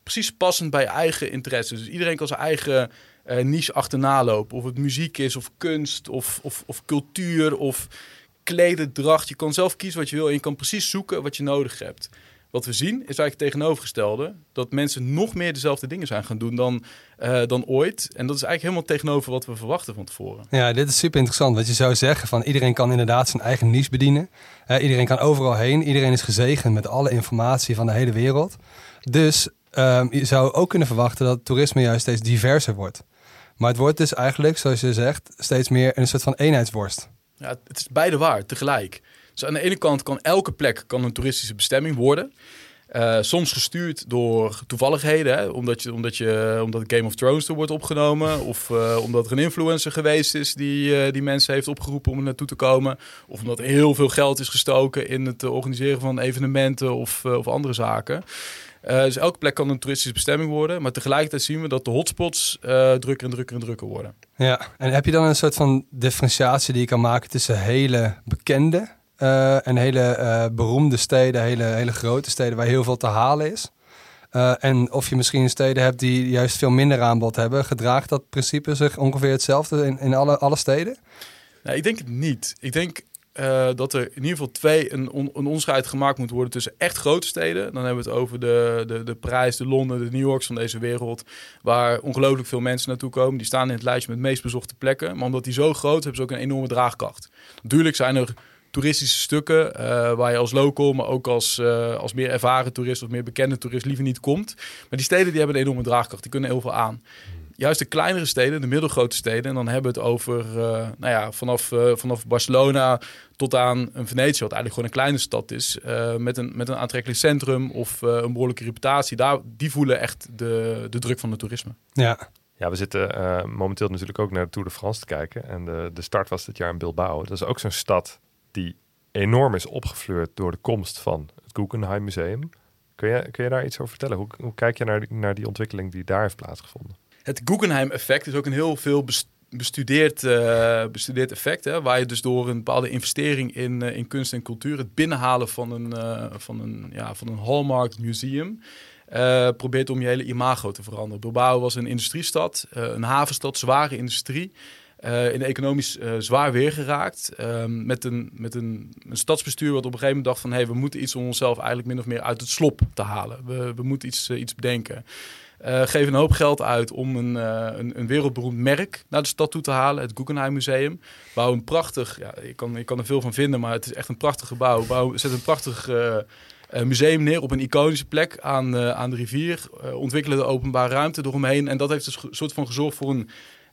precies passend bij je eigen interesse. Dus iedereen kan zijn eigen niche achterna lopen. Of het muziek is, of kunst, of cultuur, of klederdracht. Je kan zelf kiezen wat je wil en je kan precies zoeken wat je nodig hebt. Wat we zien is eigenlijk het tegenovergestelde. Dat mensen nog meer dezelfde dingen zijn gaan doen dan ooit. En dat is eigenlijk helemaal tegenover wat we verwachten van tevoren. Ja, dit is super interessant. Want je zou zeggen van iedereen kan inderdaad zijn eigen niche bedienen. Iedereen kan overal heen. Iedereen is gezegend met alle informatie van de hele wereld. Dus je zou ook kunnen verwachten dat toerisme juist steeds diverser wordt. Maar het wordt dus eigenlijk, zoals je zegt, steeds meer een soort van eenheidsworst. Ja, het is beide waar, tegelijk. Dus aan de ene kant kan elke plek een toeristische bestemming worden. Soms gestuurd door toevalligheden. Hè? Omdat Game of Thrones er wordt opgenomen. Of omdat er een influencer geweest is die mensen heeft opgeroepen om er naartoe te komen. Of omdat er heel veel geld is gestoken in het organiseren van evenementen of andere zaken. Dus elke plek kan een toeristische bestemming worden. Maar tegelijkertijd zien we dat de hotspots drukker en drukker en drukker worden. Ja, en heb je dan een soort van differentiatie die je kan maken tussen hele bekende en hele beroemde steden, hele grote steden waar heel veel te halen is? En of je misschien steden hebt die juist veel minder aanbod hebben. Gedraagt dat principe zich ongeveer hetzelfde in alle steden? Nou, ik denk het niet. Ik denk dat er in ieder geval een onderscheid gemaakt moet worden tussen echt grote steden. Dan hebben we het over de Parijs, de Londen, de New Yorks van deze wereld, waar ongelooflijk veel mensen naartoe komen. Die staan in het lijstje met meest bezochte plekken. Maar omdat die zo groot hebben ze ook een enorme draagkracht. Natuurlijk zijn er toeristische stukken waar je als local, maar ook als meer ervaren toerist of meer bekende toerist liever niet komt. Maar die steden die hebben een enorme draagkracht. Die kunnen heel veel aan. Juist de kleinere steden, de middelgrote steden, en dan hebben we het over vanaf Barcelona tot aan een Venetië, wat eigenlijk gewoon een kleine stad is, met een aantrekkelijk centrum of een behoorlijke reputatie. Die voelen echt de druk van het toerisme. Ja, we zitten momenteel natuurlijk ook naar de Tour de France te kijken. En de start was dit jaar in Bilbao. Dat is ook zo'n stad die enorm is opgefleurd door de komst van het Guggenheim Museum. Kun je daar iets over vertellen? Hoe kijk je naar die ontwikkeling die daar heeft plaatsgevonden? Het Guggenheim-effect is ook een heel veel bestudeerd effect. Hè, waar je dus door een bepaalde investering in kunst en cultuur, het binnenhalen van een Hallmark museum, probeert om je hele imago te veranderen. Bilbao was een industriestad, een havenstad, zware industrie. In economisch zwaar weer geraakt. Met een stadsbestuur wat op een gegeven moment dacht van, hey, we moeten iets om onszelf eigenlijk min of meer uit het slop te halen. We moeten iets bedenken. Geven een hoop geld uit om een wereldberoemd merk naar de stad toe te halen. Het Guggenheim Museum. Bouw een prachtig, ik kan er veel van vinden, maar het is echt een prachtig gebouw. Zet een prachtig museum neer op een iconische plek aan de rivier. Ontwikkelen de openbare ruimte eromheen. En dat heeft dus een soort van gezorgd voor een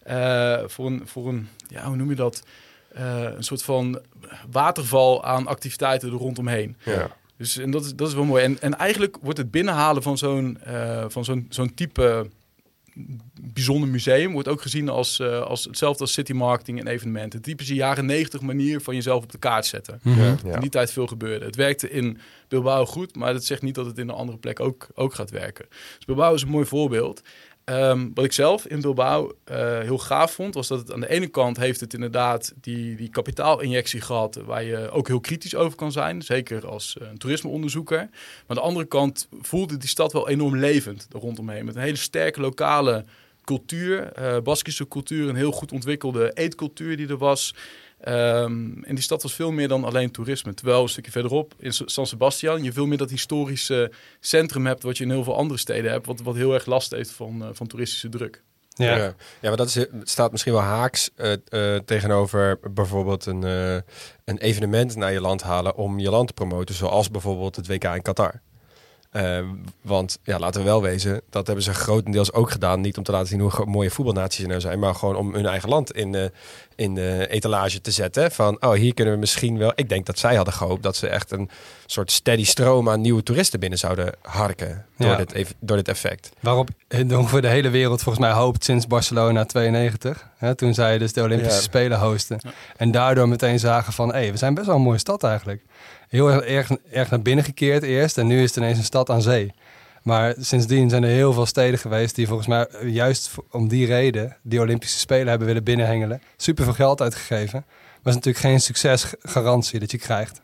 hoe noem je dat? Een soort van waterval aan activiteiten er rondomheen. Ja. Dus en dat is wel mooi. En eigenlijk wordt het binnenhalen van zo'n type bijzonder museum wordt ook gezien als hetzelfde als city marketing en evenementen. Typische jaren 90 manier van jezelf op de kaart zetten. Mm-hmm. Ja. In die tijd veel gebeurde. Het werkte in Bilbao goed, maar dat zegt niet dat het in een andere plek ook gaat werken. Dus Bilbao is een mooi voorbeeld. Wat ik zelf in Bilbao heel gaaf vond, was dat het aan de ene kant heeft het inderdaad die kapitaalinjectie gehad, waar je ook heel kritisch over kan zijn, zeker als toerismeonderzoeker. Maar aan de andere kant voelde die stad wel enorm levend er rondomheen, met een hele sterke lokale cultuur, Baskische cultuur, een heel goed ontwikkelde eetcultuur die er was. En die stad was veel meer dan alleen toerisme. Terwijl een stukje verderop in San Sebastian je veel meer dat historische centrum hebt wat je in heel veel andere steden hebt, wat heel erg last heeft van toeristische druk. Ja, maar dat staat misschien wel haaks tegenover bijvoorbeeld een evenement naar je land halen om je land te promoten, zoals bijvoorbeeld het WK in Qatar. Want laten we wel wezen, dat hebben ze grotendeels ook gedaan. Niet om te laten zien hoe mooie voetbalnaties er nou zijn, maar gewoon om hun eigen land in de etalage te zetten. Van, hier kunnen we misschien wel. Ik denk dat zij hadden gehoopt dat ze echt een soort steady stroom aan nieuwe toeristen binnen zouden harken door dit effect. Waarop ongeveer de hele wereld volgens mij hoopt sinds Barcelona 92. Hè, toen zij dus de Olympische Spelen hosten. Ja. En daardoor meteen zagen van, we zijn best wel een mooie stad eigenlijk. Heel erg naar binnen gekeerd eerst en nu is het ineens een stad aan zee. Maar sindsdien zijn er heel veel steden geweest die volgens mij juist om die reden die Olympische Spelen hebben willen binnenhengelen. Super veel geld uitgegeven. Maar het is natuurlijk geen succesgarantie dat je krijgt.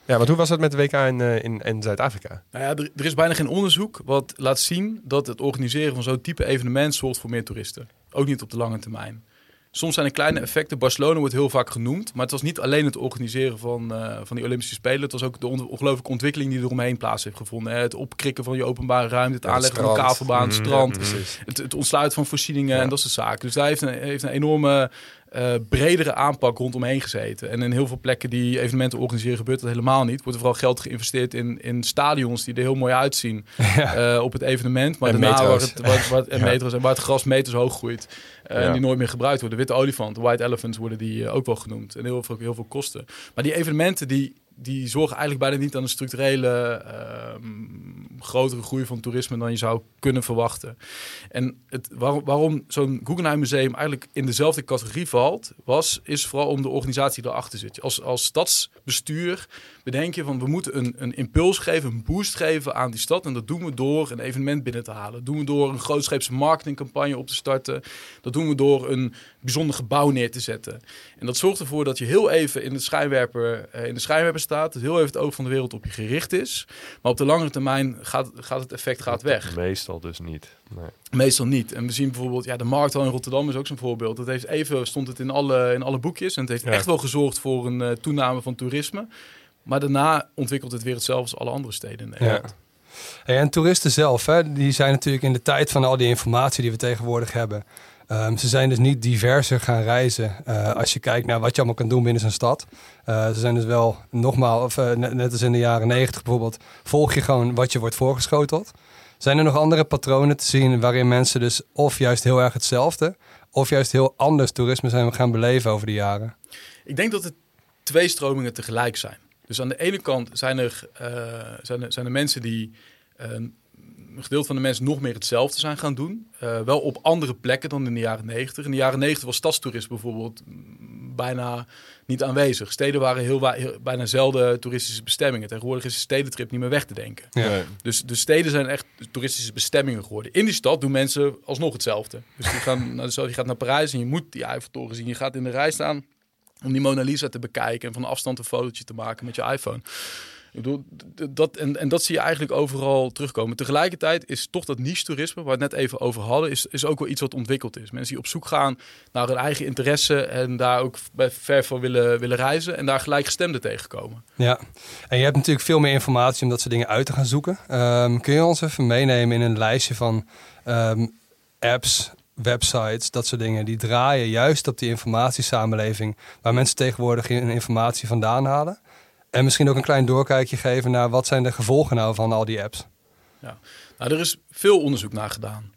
Ja, want hoe was dat met de WK in Zuid-Afrika? Nou ja, er is bijna geen onderzoek wat laat zien dat het organiseren van zo'n type evenement zorgt voor meer toeristen. Ook niet op de lange termijn. Soms zijn er kleine effecten. Barcelona wordt heel vaak genoemd. Maar het was niet alleen het organiseren van die Olympische Spelen. Het was ook de ongelooflijke ontwikkeling die er omheen plaats heeft gevonden. Het opkrikken van je openbare ruimte. Het aanleggen van een kavelbaan, het strand. Het ontsluiten van voorzieningen en dat soort zaken. Dus daar heeft een enorme bredere aanpak rondomheen gezeten. En in heel veel plekken die evenementen organiseren gebeurt dat helemaal niet. Wordt er vooral geld geïnvesteerd in stadions die er heel mooi uitzien op het evenement. Maar daarna waar het gras meters hoog groeit. En die nooit meer gebruikt worden. De witte olifant, de white elephants worden die ook wel genoemd. En heel veel kosten. Maar die evenementen die zorgen eigenlijk bijna niet aan een structurele grotere groei van toerisme dan je zou kunnen verwachten. En waarom zo'n Guggenheim Museum eigenlijk in dezelfde categorie valt, is vooral om de organisatie die erachter zit. Als stadsbestuur bedenk je van we moeten een impuls geven, een boost geven aan die stad. En dat doen we door een evenement binnen te halen. Dat doen we door een grootscheepse marketingcampagne op te starten. Dat doen we door een bijzonder gebouw neer te zetten. En dat zorgt ervoor dat je heel even in de schijnwerper staat. Dat heel even het oog van de wereld op je gericht is. Maar op de langere termijn gaat het effect weg. Meestal dus niet. Nee. Meestal niet. En we zien bijvoorbeeld, de Markthal in Rotterdam is ook zo'n voorbeeld. Dat heeft stond het in alle boekjes. En het heeft echt wel gezorgd voor een toename van toerisme. Maar daarna ontwikkelt het weer hetzelfde als alle andere steden in Nederland. Ja. En toeristen zelf, die zijn natuurlijk in de tijd van al die informatie die we tegenwoordig hebben. Ze zijn dus niet diverser gaan reizen als je kijkt naar wat je allemaal kan doen binnen zo'n stad. Ze zijn dus wel net als in de jaren 90 bijvoorbeeld, volg je gewoon wat je wordt voorgeschoteld. Zijn er nog andere patronen te zien waarin mensen dus of juist heel erg hetzelfde of juist heel anders toerisme zijn gaan beleven over de jaren? Ik denk dat het twee stromingen tegelijk zijn. Dus aan de ene kant zijn er mensen die een gedeelte van de mensen nog meer hetzelfde zijn gaan doen. Wel op andere plekken dan in de jaren 90. In de jaren 90 was stadstoerisme bijvoorbeeld bijna niet aanwezig. Steden waren bijna zelden toeristische bestemmingen. Tegenwoordig is de stedentrip niet meer weg te denken. Ja. Dus steden zijn echt toeristische bestemmingen geworden. In die stad doen mensen alsnog hetzelfde. Dus je gaat naar Parijs en je moet die Eiffeltoren zien. Je gaat in de rij staan om die Mona Lisa te bekijken en van afstand een fotootje te maken met je iPhone. Ik bedoel, dat zie je eigenlijk overal terugkomen. Tegelijkertijd is toch dat niche-toerisme, waar we het net even over hadden, is ook wel iets wat ontwikkeld is. Mensen die op zoek gaan naar hun eigen interesse en daar ook ver voor willen reizen en daar gelijkgestemden tegenkomen. Ja, en je hebt natuurlijk veel meer informatie om dat soort dingen uit te gaan zoeken. Kun je ons even meenemen in een lijstje van apps, websites, dat soort dingen, die draaien juist op die informatiesamenleving, waar mensen tegenwoordig hun informatie vandaan halen? En misschien ook een klein doorkijkje geven naar wat zijn de gevolgen nou van al die apps? Ja, nou, er is veel onderzoek naar gedaan.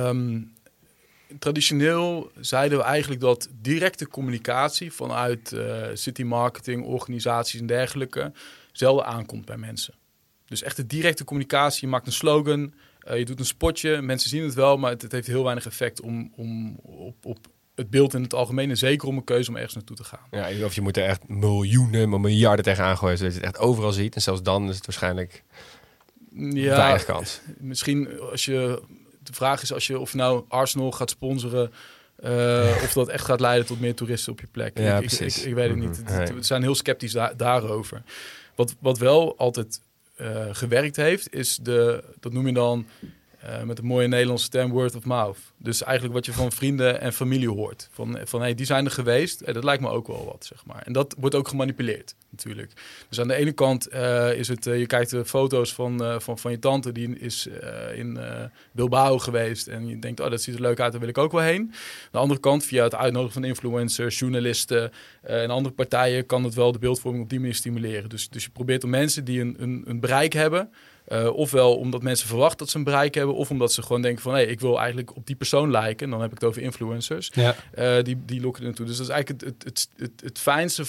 Traditioneel zeiden we eigenlijk dat directe communicatie vanuit city marketing, organisaties en dergelijke zelden aankomt bij mensen. Dus echt de directe communicatie, je maakt een slogan, je doet een spotje, mensen zien het wel, maar het heeft heel weinig effect op het beeld in het algemeen en zeker om een keuze om ergens naartoe te gaan. Ja, of je moet er echt miljarden tegenaan gooien, zodat je het echt overal ziet. En zelfs dan is het waarschijnlijk weinig kans. Misschien de vraag is of je nou Arsenal gaat sponsoren, of dat echt gaat leiden tot meer toeristen op je plek. Ja, ik weet het niet. We zijn heel sceptisch daarover. Wat wel altijd gewerkt heeft, is dat noem je dan met een mooie Nederlandse term word of mouth. Dus eigenlijk wat je van vrienden en familie hoort. Van hey, die zijn er geweest. Dat lijkt me ook wel wat, zeg maar. En dat wordt ook gemanipuleerd, natuurlijk. Dus aan de ene kant is het... je kijkt de foto's van je tante. Die is in Bilbao geweest. En je denkt, dat ziet er leuk uit. Daar wil ik ook wel heen. Aan de andere kant, via het uitnodigen van influencers, journalisten en andere partijen, kan het wel de beeldvorming op die manier stimuleren. Dus je probeert om mensen die een bereik hebben, ofwel omdat mensen verwachten dat ze een bereik hebben, of omdat ze gewoon denken van, hey, ik wil eigenlijk op die persoon lijken. En dan heb ik het over influencers. Ja. Die lokken er naartoe. Dus dat is eigenlijk het fijnste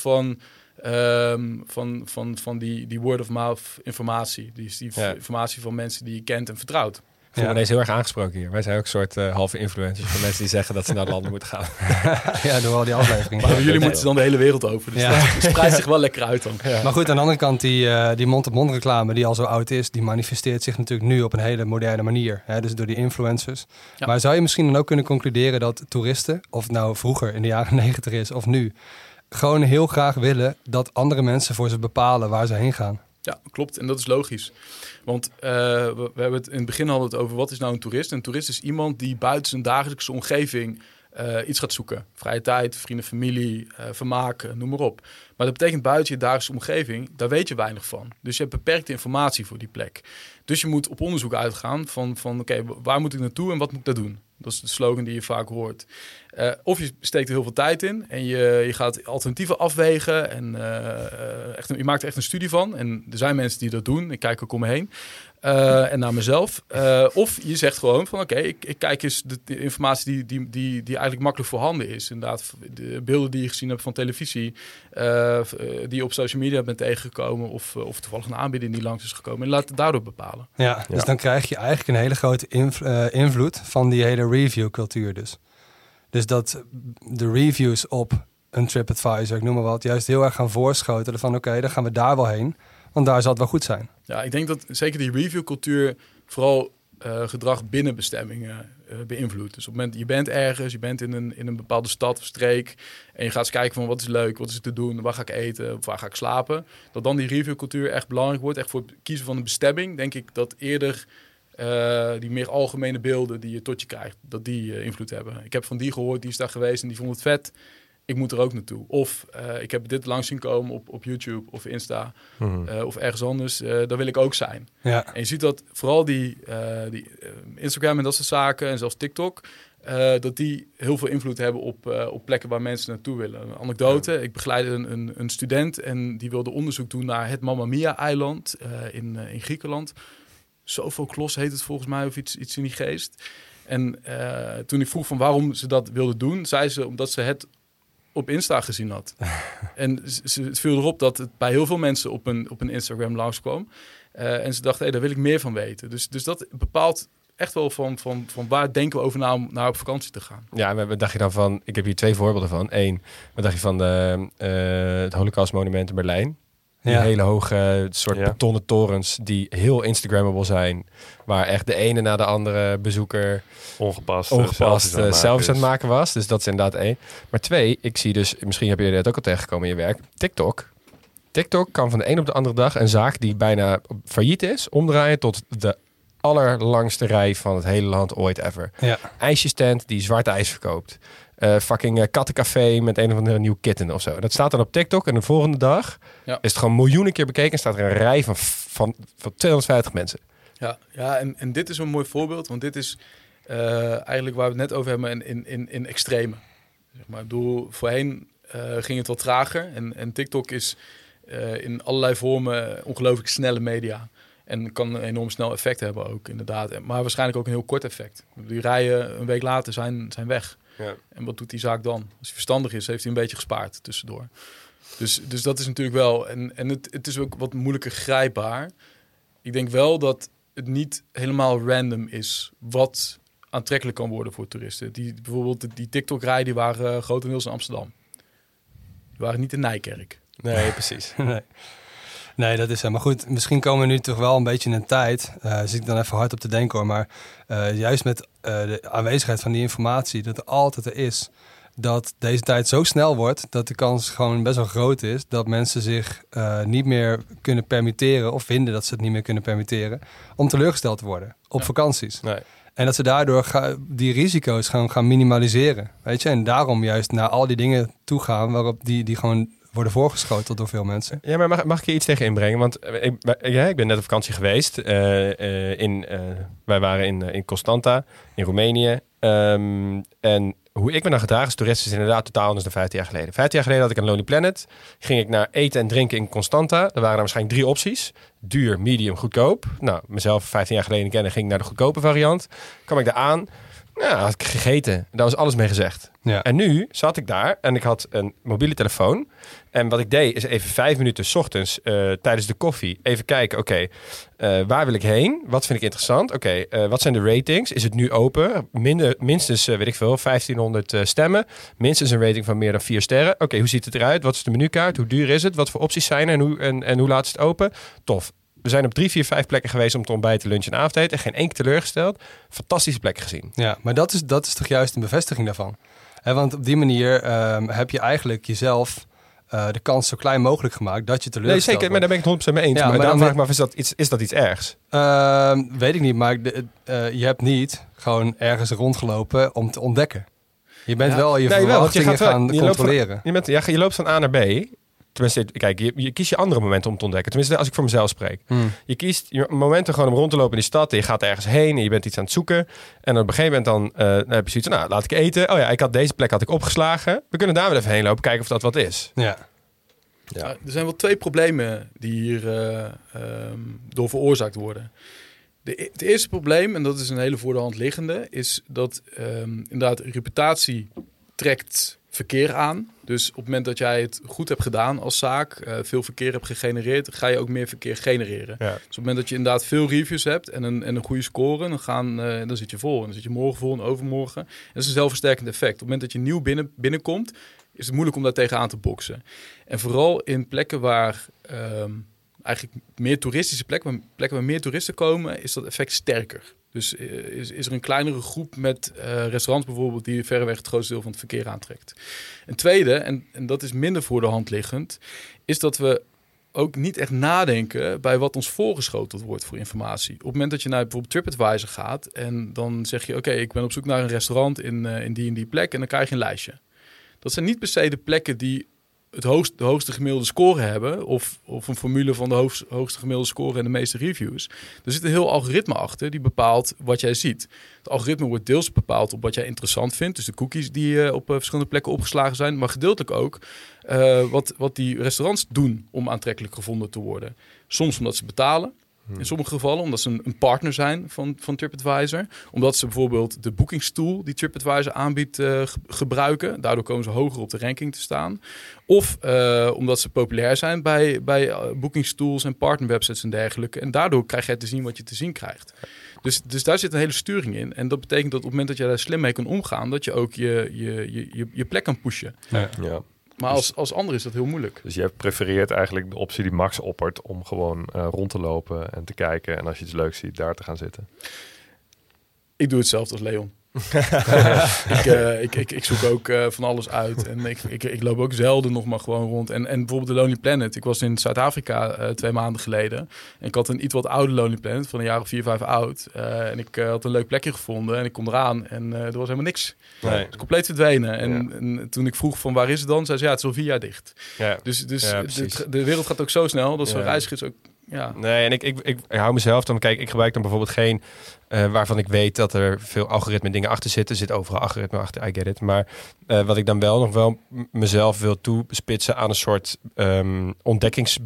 van die word of mouth informatie. Die informatie van mensen die je kent en vertrouwt. Ik voel me ineens heel erg aangesproken hier. Wij zijn ook een soort halve influencers van mensen die zeggen dat ze naar landen moeten gaan. Ja, door al die afleveringen. Maar jullie moeten dan de hele wereld over. Dus dat spreidt zich wel lekker uit dan. Ja. Maar goed, aan de andere kant, die mond-op-mond reclame die al zo oud is, die manifesteert zich natuurlijk nu op een hele moderne manier. Hè? Dus door die influencers. Ja. Maar zou je misschien dan ook kunnen concluderen dat toeristen, of het nou vroeger in de jaren 90 is of nu, gewoon heel graag willen dat andere mensen voor ze bepalen waar ze heen gaan. Ja, klopt. En dat is logisch. Want we hebben het in het begin hadden we het over wat is nou een toerist. Een toerist is iemand die buiten zijn dagelijkse omgeving iets gaat zoeken. Vrije tijd, vrienden, familie, vermaak, noem maar op. Maar dat betekent buiten je dagelijkse omgeving, daar weet je weinig van. Dus je hebt beperkte informatie voor die plek. Dus je moet op onderzoek uitgaan van oké, waar moet ik naartoe en wat moet ik daar doen? Dat is de slogan die je vaak hoort. Of je steekt er heel veel tijd in en je gaat alternatieven afwegen. En je maakt er echt een studie van. En er zijn mensen die dat doen. Ik kijk ook om me heen. En naar mezelf. Of je zegt gewoon van oké, ik kijk eens de informatie die eigenlijk makkelijk voorhanden is. Inderdaad, de beelden die je gezien hebt van televisie. Die je op social media bent tegengekomen. Of toevallig een aanbieding die langs is gekomen. En laat het daardoor bepalen. Ja, dus dan krijg je eigenlijk een hele grote invloed van die hele review-cultuur dus. Dus dat de reviews op een TripAdvisor, ik noem maar wat, juist heel erg gaan voorschotelen van oké, dan gaan we daar wel heen. Want daar zal het wel goed zijn. Ja, ik denk dat zeker die reviewcultuur vooral gedrag binnen bestemmingen beïnvloedt. Dus op het moment je bent ergens, je bent in een bepaalde stad of streek en je gaat eens kijken van wat is leuk, wat is er te doen, waar ga ik eten, of waar ga ik slapen. Dat dan die reviewcultuur echt belangrijk wordt. Echt voor het kiezen van een bestemming, denk ik dat eerder die meer algemene beelden die je tot je krijgt, dat die invloed hebben. Ik heb van die gehoord, die is daar geweest en die vond het vet. Ik moet er ook naartoe. Of ik heb dit langs zien komen op YouTube of Insta of ergens anders. Daar wil ik ook zijn. Ja. En je ziet dat vooral die Instagram en dat soort zaken en zelfs TikTok, dat die heel veel invloed hebben op plekken waar mensen naartoe willen. Een anekdote. Ja. Ik begeleidde een student en die wilde onderzoek doen naar het Mamma Mia-eiland in Griekenland. Sophoklos heet het volgens mij of iets in die geest. En toen ik vroeg van waarom ze dat wilde doen, zei ze omdat ze het op Insta gezien had. En het viel erop dat het bij heel veel mensen op een Instagram langskwam. En ze dacht, daar wil ik meer van weten. Dus dat bepaalt echt wel van waar denken we over naar op vakantie te gaan. Ja, en wat dacht je dan van, ik heb hier 2 voorbeelden van. 1, wat dacht je van het Holocaustmonument in Berlijn? Die hele hoge soort betonnen torens die heel Instagrammable zijn. Waar echt de ene na de andere bezoeker ongepast selfies aan het maken was. Dus dat is inderdaad 1. Maar 2, ik zie dus, misschien heb je dat ook al tegengekomen in je werk. TikTok kan van de een op de andere dag een zaak die bijna failliet is, omdraaien tot de allerlangste rij van het hele land ooit ever. Ja. IJsjestent die zwart ijs verkoopt. Fucking kattencafé met een of andere nieuw kitten of zo. Dat staat dan op TikTok en de volgende dag is het gewoon miljoenen keer bekeken en staat er een rij van 250 mensen. Ja, en dit is een mooi voorbeeld, want dit is eigenlijk waar we het net over hebben in extreme. Zeg maar, ik bedoel, voorheen ging het wat trager en TikTok is in allerlei vormen ongelooflijk snelle media. En kan een enorm snel effect hebben ook, inderdaad. Maar waarschijnlijk ook een heel kort effect. Die rijen een week later zijn weg. Ja. En wat doet die zaak dan? Als hij verstandig is, heeft hij een beetje gespaard tussendoor. Dus dat is natuurlijk wel... En het is ook wat moeilijker grijpbaar. Ik denk wel dat het niet helemaal random is wat aantrekkelijk kan worden voor toeristen. Bijvoorbeeld die TikTok-rij, die waren grotendeels in Amsterdam. Die waren niet in Nijkerk. Nee, precies. Nee, dat is maar goed. Misschien komen we nu toch wel een beetje in een tijd. Zit ik dan even hard op te denken hoor. Maar juist met de aanwezigheid van die informatie, dat er altijd er is, dat deze tijd zo snel wordt dat de kans gewoon best wel groot is dat mensen zich niet meer kunnen permitteren of vinden dat ze het niet meer kunnen permitteren om teleurgesteld te worden op vakanties. Nee. En dat ze daardoor die risico's gaan minimaliseren. Weet je? En daarom juist naar al die dingen toe gaan waarop die gewoon worden voorgeschoteld door veel mensen. Ja, maar mag ik hier iets tegen inbrengen? Want ik ben net op vakantie geweest. Wij waren in Constanta, in Roemenië. En hoe ik me dan gedragen als toerist is inderdaad totaal anders dan 15 jaar geleden. 15 jaar geleden had ik een Lonely Planet. Ging ik naar eten en drinken in Constanta. Er waren er waarschijnlijk 3 opties. Duur, medium, goedkoop. Nou, mezelf 15 jaar geleden kennen, ging ik naar de goedkope variant. Kwam ik daar aan. Ja, had ik gegeten. Daar was alles mee gezegd. Ja. En nu zat ik daar en ik had een mobiele telefoon. En wat ik deed is even 5 minuten 's ochtends tijdens de koffie even kijken. Oké, waar wil ik heen? Wat vind ik interessant? Oké, wat zijn de ratings? Is het nu open? Minstens, weet ik veel, 1500 stemmen. Minstens een rating van meer dan 4 sterren. Oké, hoe ziet het eruit? Wat is de menukaart? Hoe duur is het? Wat voor opties zijn er? En hoe laat is het open? Tof. We zijn op 3, 4, 5 plekken geweest om te ontbijten, lunch en avondeten. Geen één keer teleurgesteld. Fantastische plekken gezien. Ja, maar dat is toch juist een bevestiging daarvan. Want op die manier heb je eigenlijk jezelf de kans zo klein mogelijk gemaakt dat je teleurgesteld Nee, zeker, maar daar ben ik het 100% mee eens. Maar dan vraag ik me af, is dat iets ergs? Weet ik niet, maar je hebt niet gewoon ergens rondgelopen om te ontdekken. Je bent wel je verwachtingen gaan controleren. Je loopt van A naar B. Tenminste, kijk, je kiest je andere momenten om te ontdekken. Tenminste, als ik voor mezelf spreek. Je kiest je momenten gewoon om rond te lopen in die stad. En je gaat ergens heen en je bent iets aan het zoeken. En op een gegeven moment dan heb je zoiets van... laat ik eten. Oh ja, ik had deze plek opgeslagen. We kunnen daar weer even heen lopen, kijken of dat wat is. Ja. Er zijn wel 2 problemen die hier door veroorzaakt worden. Het eerste probleem, en dat is een hele voor de hand liggende... is dat inderdaad reputatie trekt verkeer aan. Dus op het moment dat jij het goed hebt gedaan als zaak, veel verkeer hebt gegenereerd, ga je ook meer verkeer genereren. Ja. Dus op het moment dat je inderdaad veel reviews hebt en een goede score, dan zit je vol. En dan zit je morgen vol en overmorgen. En dat is een zelfversterkend effect. Op het moment dat je nieuw binnenkomt, is het moeilijk om daar tegenaan te boksen. En vooral in plekken waar eigenlijk meer toeristische plekken waar meer toeristen komen, is dat effect sterker. Dus is er een kleinere groep met restaurants bijvoorbeeld die verreweg het grootste deel van het verkeer aantrekt. Een tweede, en dat is minder voor de hand liggend, is dat we ook niet echt nadenken bij wat ons voorgeschoteld wordt voor informatie. Op het moment dat je naar bijvoorbeeld TripAdvisor gaat en dan zeg je, oké, ik ben op zoek naar een restaurant in die en die plek en dan krijg je een lijstje. Dat zijn niet per se de plekken die de hoogste gemiddelde score hebben of een formule van de hoogste gemiddelde score en de meeste reviews. Er zit een heel algoritme achter die bepaalt wat jij ziet. Het algoritme wordt deels bepaald op wat jij interessant vindt, dus de cookies die op verschillende plekken opgeslagen zijn, maar gedeeltelijk ook wat die restaurants doen om aantrekkelijk gevonden te worden. Soms omdat ze betalen. In sommige gevallen omdat ze een partner zijn van TripAdvisor. Omdat ze bijvoorbeeld de boekingstool die TripAdvisor aanbiedt gebruiken. Daardoor komen ze hoger op de ranking te staan. Of omdat ze populair zijn bij boekingstools en partnerwebsites en dergelijke. En daardoor krijg je te zien wat je te zien krijgt. Dus daar zit een hele sturing in. En dat betekent dat op het moment dat je daar slim mee kan omgaan, dat je ook je plek kan pushen. Ja. Maar als ander is dat heel moeilijk. Dus jij prefereert eigenlijk de optie die Max oppert om gewoon rond te lopen en te kijken. En als je iets leuks ziet, daar te gaan zitten. Ik doe hetzelfde als Leon. Ik zoek ook van alles uit. En ik loop ook zelden nog maar gewoon rond. En bijvoorbeeld de Lonely Planet. Ik was in Zuid-Afrika 2 maanden geleden. En ik had een iets wat oude Lonely Planet van een jaar of 4, 5 oud. En ik had een leuk plekje gevonden. En ik kom eraan en er was helemaal niks. Nee. Het is compleet verdwenen. En toen ik vroeg van waar is het dan? Zei ze het is al 4 jaar dicht. Ja. Dus de wereld gaat ook zo snel. Dat zo'n reisgids ook... Ja. Nee, en ik hou mezelf dan... Kijk, ik gebruik dan bijvoorbeeld geen... waarvan ik weet dat er veel algoritme dingen achter zitten. Er zit overal algoritme achter, I get it. Maar wat ik dan nog wel mezelf wil toespitsen aan een soort ontdekkings...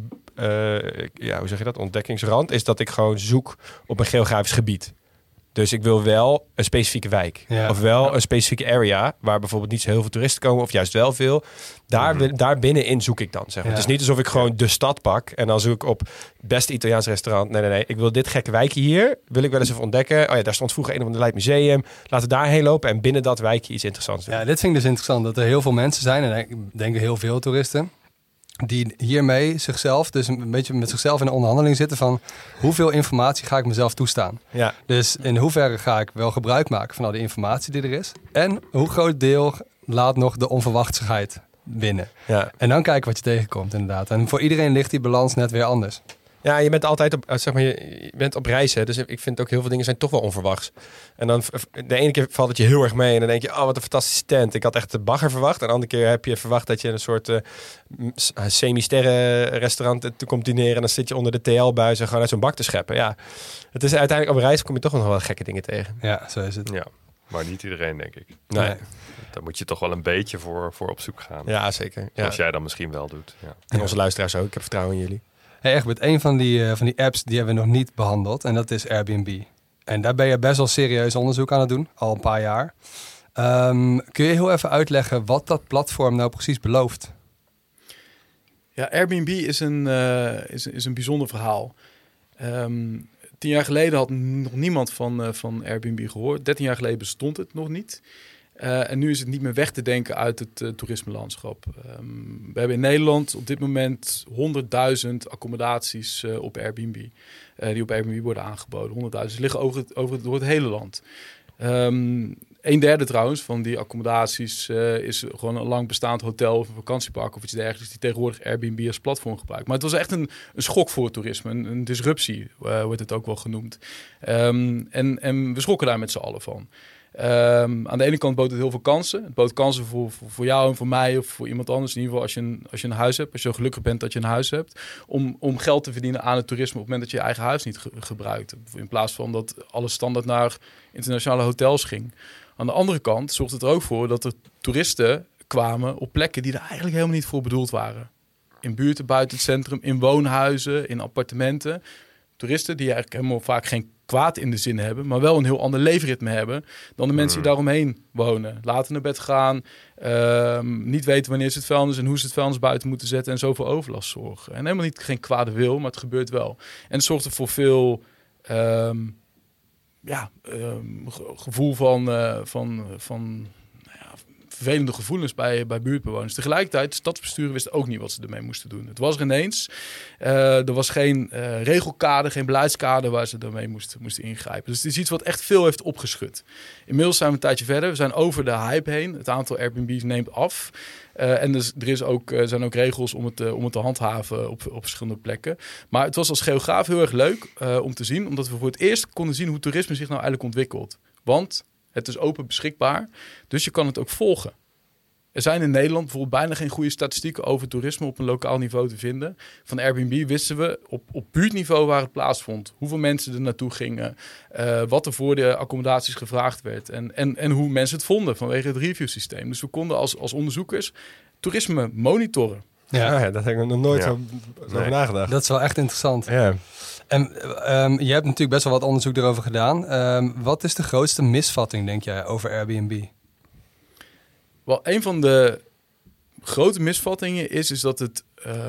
hoe zeg je dat? Ontdekkingsrand. Is dat ik gewoon zoek op een geografisch gebied. Dus ik wil wel een specifieke wijk. Ja. Of wel een specifieke area waar bijvoorbeeld niet zo heel veel toeristen komen. Of juist wel veel. Daar binnenin zoek ik dan. Zeg maar. Ja. Het is niet alsof ik gewoon de stad pak. En dan zoek ik op het beste Italiaans restaurant. Nee. Ik wil dit gekke wijkje hier. Wil ik wel eens even ontdekken. Oh ja, daar stond vroeger een of ander Leidmuseum. Laten we daarheen lopen. En binnen dat wijkje iets interessants doen. Ja, dit vind ik dus interessant. Dat er heel veel mensen zijn. En ik denk heel veel toeristen. Die hiermee zichzelf, dus een beetje met zichzelf in de onderhandeling zitten van hoeveel informatie ga ik mezelf toestaan. Ja. Dus in hoeverre ga ik wel gebruik maken van al die informatie die er is. En hoe groot deel laat nog de onverwachtsigheid winnen. Ja. En dan kijken wat je tegenkomt inderdaad. En voor iedereen ligt die balans net weer anders. Ja, je bent altijd op, zeg maar, je bent op reis. Hè? Dus ik vind ook heel veel dingen zijn toch wel onverwachts. En dan de ene keer valt het je heel erg mee. En dan denk je, oh, wat een fantastische tent. Ik had echt de bagger verwacht. En de andere keer heb je verwacht dat je een soort semi-sterren restaurant toe komt dineren. En dan zit je onder de TL-buis en gewoon uit zo'n bak te scheppen. Ja, het is uiteindelijk op reis kom je toch nog wel gekke dingen tegen. Ja, zo is het. Ja, maar niet iedereen, denk ik. Nee. Daar moet je toch wel een beetje voor op zoek gaan. Ja, zeker. Ja. Als jij dan misschien wel doet. Ja. En onze luisteraars ook. Ik heb vertrouwen in jullie. Hey Egbert, een van die apps die hebben we nog niet behandeld. En dat is Airbnb. En daar ben je best wel serieus onderzoek aan het doen. Al een paar jaar. Kun je heel even uitleggen wat dat platform nou precies belooft? Ja, Airbnb is een bijzonder verhaal. 10 jaar geleden had nog niemand van Airbnb gehoord. 13 jaar geleden bestond het nog niet. En nu is het niet meer weg te denken uit het toerismelandschap. We hebben in Nederland op dit moment 100.000 accommodaties op Airbnb. Die op Airbnb worden aangeboden. 100.000 liggen door het hele land. 1/3 trouwens van die accommodaties is gewoon een lang bestaand hotel of een vakantiepark of iets dergelijks die tegenwoordig Airbnb als platform gebruikt. Maar het was echt een schok voor het toerisme, een disruptie wordt het ook wel genoemd. En we schrokken daar met z'n allen van. Aan de ene kant bood het heel veel kansen. Het bood kansen voor jou en voor mij of voor iemand anders. In ieder geval als je een huis hebt, als je gelukkig bent dat je een huis hebt. Om geld te verdienen aan het toerisme op het moment dat je je eigen huis niet gebruikt. In plaats van dat alles standaard naar internationale hotels ging. Aan de andere kant zorgt het er ook voor dat er toeristen kwamen op plekken die er eigenlijk helemaal niet voor bedoeld waren. In buurten buiten het centrum, in woonhuizen, in appartementen. Toeristen die eigenlijk helemaal vaak geen kwaad in de zin hebben, maar wel een heel ander leefritme hebben dan de mensen die daaromheen wonen. Later naar bed gaan, niet weten wanneer ze het vuilnis en hoe ze het vuilnis buiten moeten zetten en zoveel overlast zorgen. En helemaal geen kwade wil, maar het gebeurt wel. En het zorgt er voor veel gevoel van vervelende gevoelens bij buurtbewoners. Tegelijkertijd, de stadsbesturen wisten ook niet wat ze ermee moesten doen. Het was er ineens. Er was geen regelkader, geen beleidskader waar ze ermee moesten ingrijpen. Dus het is iets wat echt veel heeft opgeschud. Inmiddels zijn we een tijdje verder. We zijn over de hype heen. Het aantal Airbnb's neemt af. En dus, zijn ook regels om het te handhaven op verschillende plekken. Maar het was als geograaf heel erg leuk om te zien. Omdat we voor het eerst konden zien hoe toerisme zich nou eigenlijk ontwikkelt. Want het is open beschikbaar, dus je kan het ook volgen. Er zijn in Nederland bijvoorbeeld bijna geen goede statistieken over toerisme op een lokaal niveau te vinden. Van Airbnb wisten we op buurtniveau waar het plaatsvond. Hoeveel mensen er naartoe gingen. Wat er voor de accommodaties gevraagd werd. En hoe mensen het vonden vanwege het reviewsysteem. Dus we konden als onderzoekers toerisme monitoren. Ja, dat heb ik nog nooit zo over nagedacht. Dat is wel echt interessant. Ja. En je hebt natuurlijk best wel wat onderzoek erover gedaan. Wat is de grootste misvatting, denk jij, over Airbnb? Wel, een van de grote misvattingen is dat het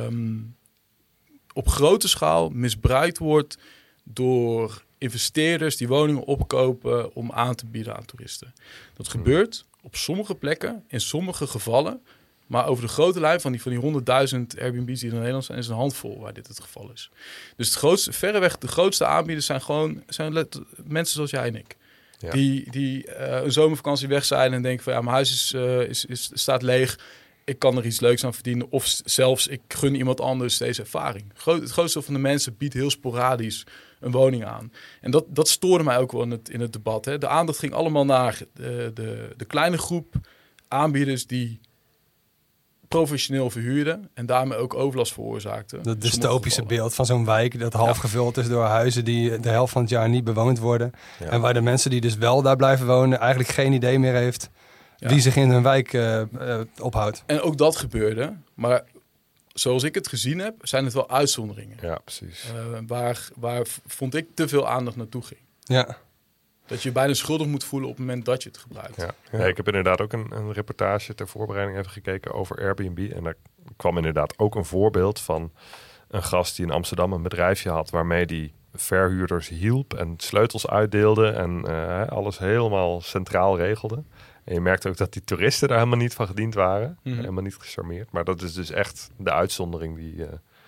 op grote schaal misbruikt wordt door investeerders die woningen opkopen om aan te bieden aan toeristen. Dat gebeurt op sommige plekken, in sommige gevallen. Maar over de grote lijn van die 100.000 Airbnb's die er in Nederland zijn, is een handvol waar dit het geval is. Dus verreweg de grootste aanbieders zijn mensen zoals jij en ik. Ja. Die een zomervakantie weg zijn en denken van ja, mijn huis staat leeg. Ik kan er iets leuks aan verdienen. Of zelfs ik gun iemand anders deze ervaring. Het grootste deel van de mensen biedt heel sporadisch een woning aan. En dat stoorde mij ook wel in het debat. Hè. De aandacht ging allemaal naar de kleine groep aanbieders die professioneel verhuurden en daarmee ook overlast veroorzaakten. Dat dystopische beeld van zo'n wijk dat half gevuld is door huizen die de helft van het jaar niet bewoond worden. Ja. En waar de mensen die dus wel daar blijven wonen eigenlijk geen idee meer heeft wie zich in hun wijk ophoudt. En ook dat gebeurde, maar zoals ik het gezien heb, zijn het wel uitzonderingen. Ja, precies. Waar vond ik te veel aandacht naartoe ging. Ja. Dat je je bijna schuldig moet voelen op het moment dat je het gebruikt. Ja. Ja, ik heb inderdaad ook een reportage ter voorbereiding even gekeken over Airbnb. En daar kwam inderdaad ook een voorbeeld van een gast die in Amsterdam een bedrijfje had waarmee die verhuurders hielp en sleutels uitdeelde en alles helemaal centraal regelde. En je merkte ook dat die toeristen daar helemaal niet van gediend waren. Helemaal niet gecharmeerd. Maar dat is dus echt de uitzondering die...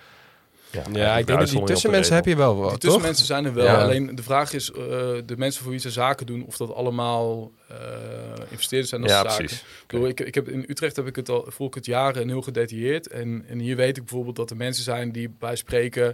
ik denk dat die tussenmensen heb je wel wat, die tussenmensen zijn er wel. Ja. Alleen de vraag is, de mensen voor wie ze zaken doen, of dat allemaal investeerders zijn als zaken. Precies. Ik heb in Utrecht heb ik het al volg het jaren en heel gedetailleerd. En hier weet ik bijvoorbeeld dat er mensen zijn die bij spreken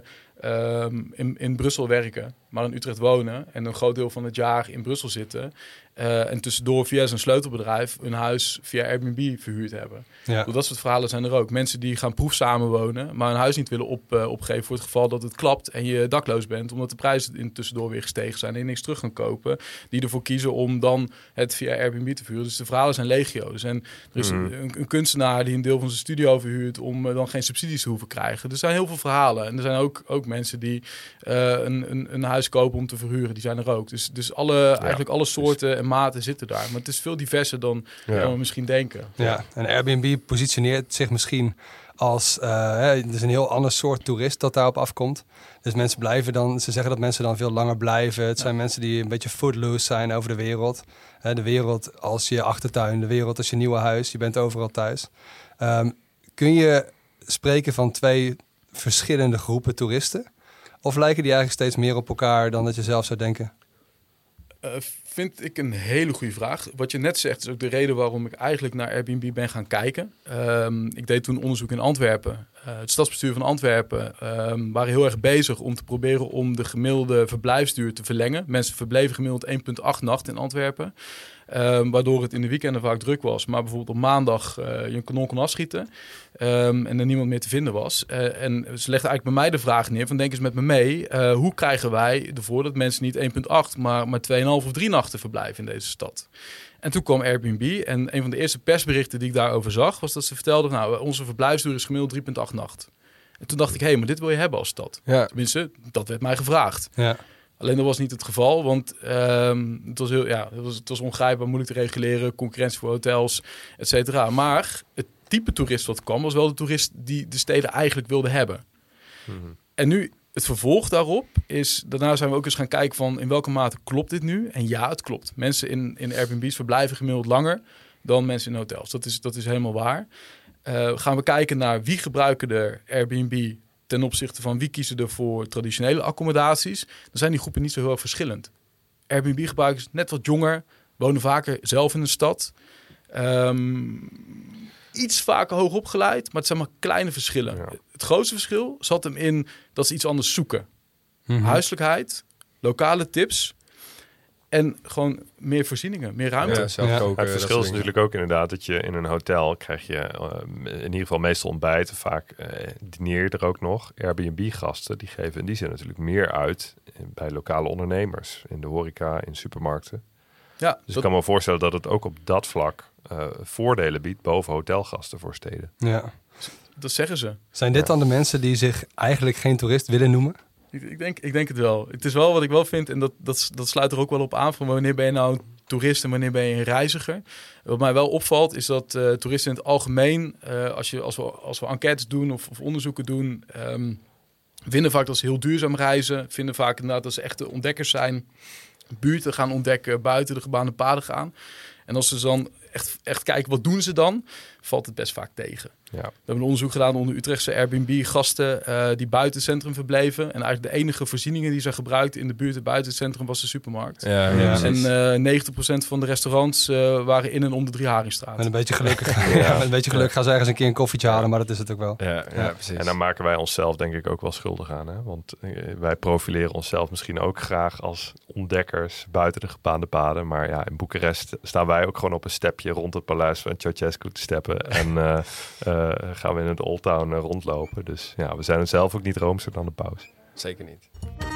in Brussel werken, maar in Utrecht wonen en een groot deel van het jaar in Brussel zitten. En tussendoor via zijn sleutelbedrijf hun huis via Airbnb verhuurd hebben. Ja. Dat soort verhalen zijn er ook. Mensen die gaan proefsamen wonen, maar hun huis niet willen opgeven voor het geval dat het klapt en je dakloos bent, omdat de prijzen in tussendoor weer gestegen zijn en je niks terug gaan kopen. Die ervoor kiezen om dan het via Airbnb te verhuren. Dus de verhalen zijn legio. Dus en er is een kunstenaar die een deel van zijn studio verhuurt om dan geen subsidies te hoeven krijgen. Er zijn heel veel verhalen. En er zijn ook mensen die een huis kopen om te verhuren. Die zijn er ook. Dus eigenlijk alle soorten en maten zitten daar. Maar het is veel diverser dan we misschien denken. Ja, en Airbnb positioneert zich misschien als het is een heel ander soort toerist dat daarop afkomt. Dus mensen blijven dan, ze zeggen dat mensen dan veel langer blijven. Het zijn mensen die een beetje footloose zijn over de wereld. De wereld als je achtertuin, de wereld als je nieuwe huis. Je bent overal thuis. Kun je spreken van twee verschillende groepen toeristen? Of lijken die eigenlijk steeds meer op elkaar dan dat je zelf zou denken? vind ik een hele goede vraag. Wat je net zegt is ook de reden waarom ik eigenlijk naar Airbnb ben gaan kijken. Ik deed toen onderzoek in Antwerpen. Het stadsbestuur van Antwerpen waren heel erg bezig om te proberen om de gemiddelde verblijfsduur te verlengen. Mensen verbleven gemiddeld 1,8 nacht in Antwerpen. Waardoor het in de weekenden vaak druk was. Maar bijvoorbeeld op maandag je een kanon kon afschieten. En er niemand meer te vinden was. En ze legden eigenlijk bij mij de vraag neer van denk eens met me mee. Hoe krijgen wij ervoor dat mensen niet 1,8 maar 2,5 of 3 nachten verblijven in deze stad? En toen kwam Airbnb. En een van de eerste persberichten die ik daarover zag was dat ze vertelden, nou, onze verblijfsduur is gemiddeld 3,8 nacht. En toen dacht ik, maar dit wil je hebben als stad. Ja. Tenminste, dat werd mij gevraagd. Ja. Alleen dat was niet het geval, want het was ongrijpbaar, moeilijk te reguleren, concurrentie voor hotels, et cetera. Maar het type toerist wat kwam, was wel de toerist die de steden eigenlijk wilde hebben. Mm-hmm. En nu, het vervolg daarop is, daarna zijn we ook eens gaan kijken van in welke mate klopt dit nu? En ja, het klopt. Mensen in Airbnb's verblijven gemiddeld langer dan mensen in hotels. Dat is helemaal waar. Gaan we kijken naar wie gebruiken de Airbnb ten opzichte van wie kiezen er voor traditionele accommodaties, dan zijn die groepen niet zo heel erg verschillend. Airbnb-gebruikers net wat jonger, wonen vaker zelf in de stad. Iets vaker hoog opgeleid, maar het zijn maar kleine verschillen. Ja. Het grootste verschil zat hem in dat ze iets anders zoeken. Mm-hmm. Huiselijkheid, lokale tips en gewoon meer voorzieningen, meer ruimte. Ja, zelf koken, het verschil is natuurlijk ook inderdaad dat je in een hotel krijg je in ieder geval meestal ontbijten. Vaak dineer je er ook nog. Airbnb-gasten die geven in die zin natuurlijk meer uit bij lokale ondernemers. In de horeca, in supermarkten. Ja, dus ik kan me voorstellen dat het ook op dat vlak voordelen biedt boven hotelgasten voor steden. Ja. Dat zeggen ze. Zijn dit dan de mensen die zich eigenlijk geen toerist willen noemen? Ik denk het wel. Het is wel wat ik wel vind, en dat sluit er ook wel op aan van wanneer ben je nou een toerist en wanneer ben je een reiziger. Wat mij wel opvalt is dat toeristen in het algemeen, als we enquêtes doen of onderzoeken doen, vinden vaak dat ze heel duurzaam reizen. Vinden vaak inderdaad dat ze echte ontdekkers zijn. Buurten gaan ontdekken, buiten de gebaande paden gaan. En als ze dan echt kijken, wat doen ze dan? Valt het best vaak tegen. Ja. We hebben een onderzoek gedaan onder Utrechtse Airbnb-gasten die buiten het centrum verbleven. En eigenlijk de enige voorzieningen die ze gebruikten in de buurt buiten het centrum was de supermarkt. Ja, en 90% van de restaurants waren in en om de Drieharingstraat. Met een beetje geluk gaan ze ergens een keer een koffietje halen, maar dat is het ook wel. Ja, precies. En daar maken wij onszelf denk ik ook wel schuldig aan. Hè? Want wij profileren onszelf misschien ook graag als ontdekkers buiten de gebaande paden. Maar ja, in Boekarest staan wij ook gewoon op een stepje rond het paleis van Ceausescu te steppen. En gaan we in het Old Town rondlopen. Dus ja, we zijn er zelf ook niet roomser dan de paus. Zeker niet.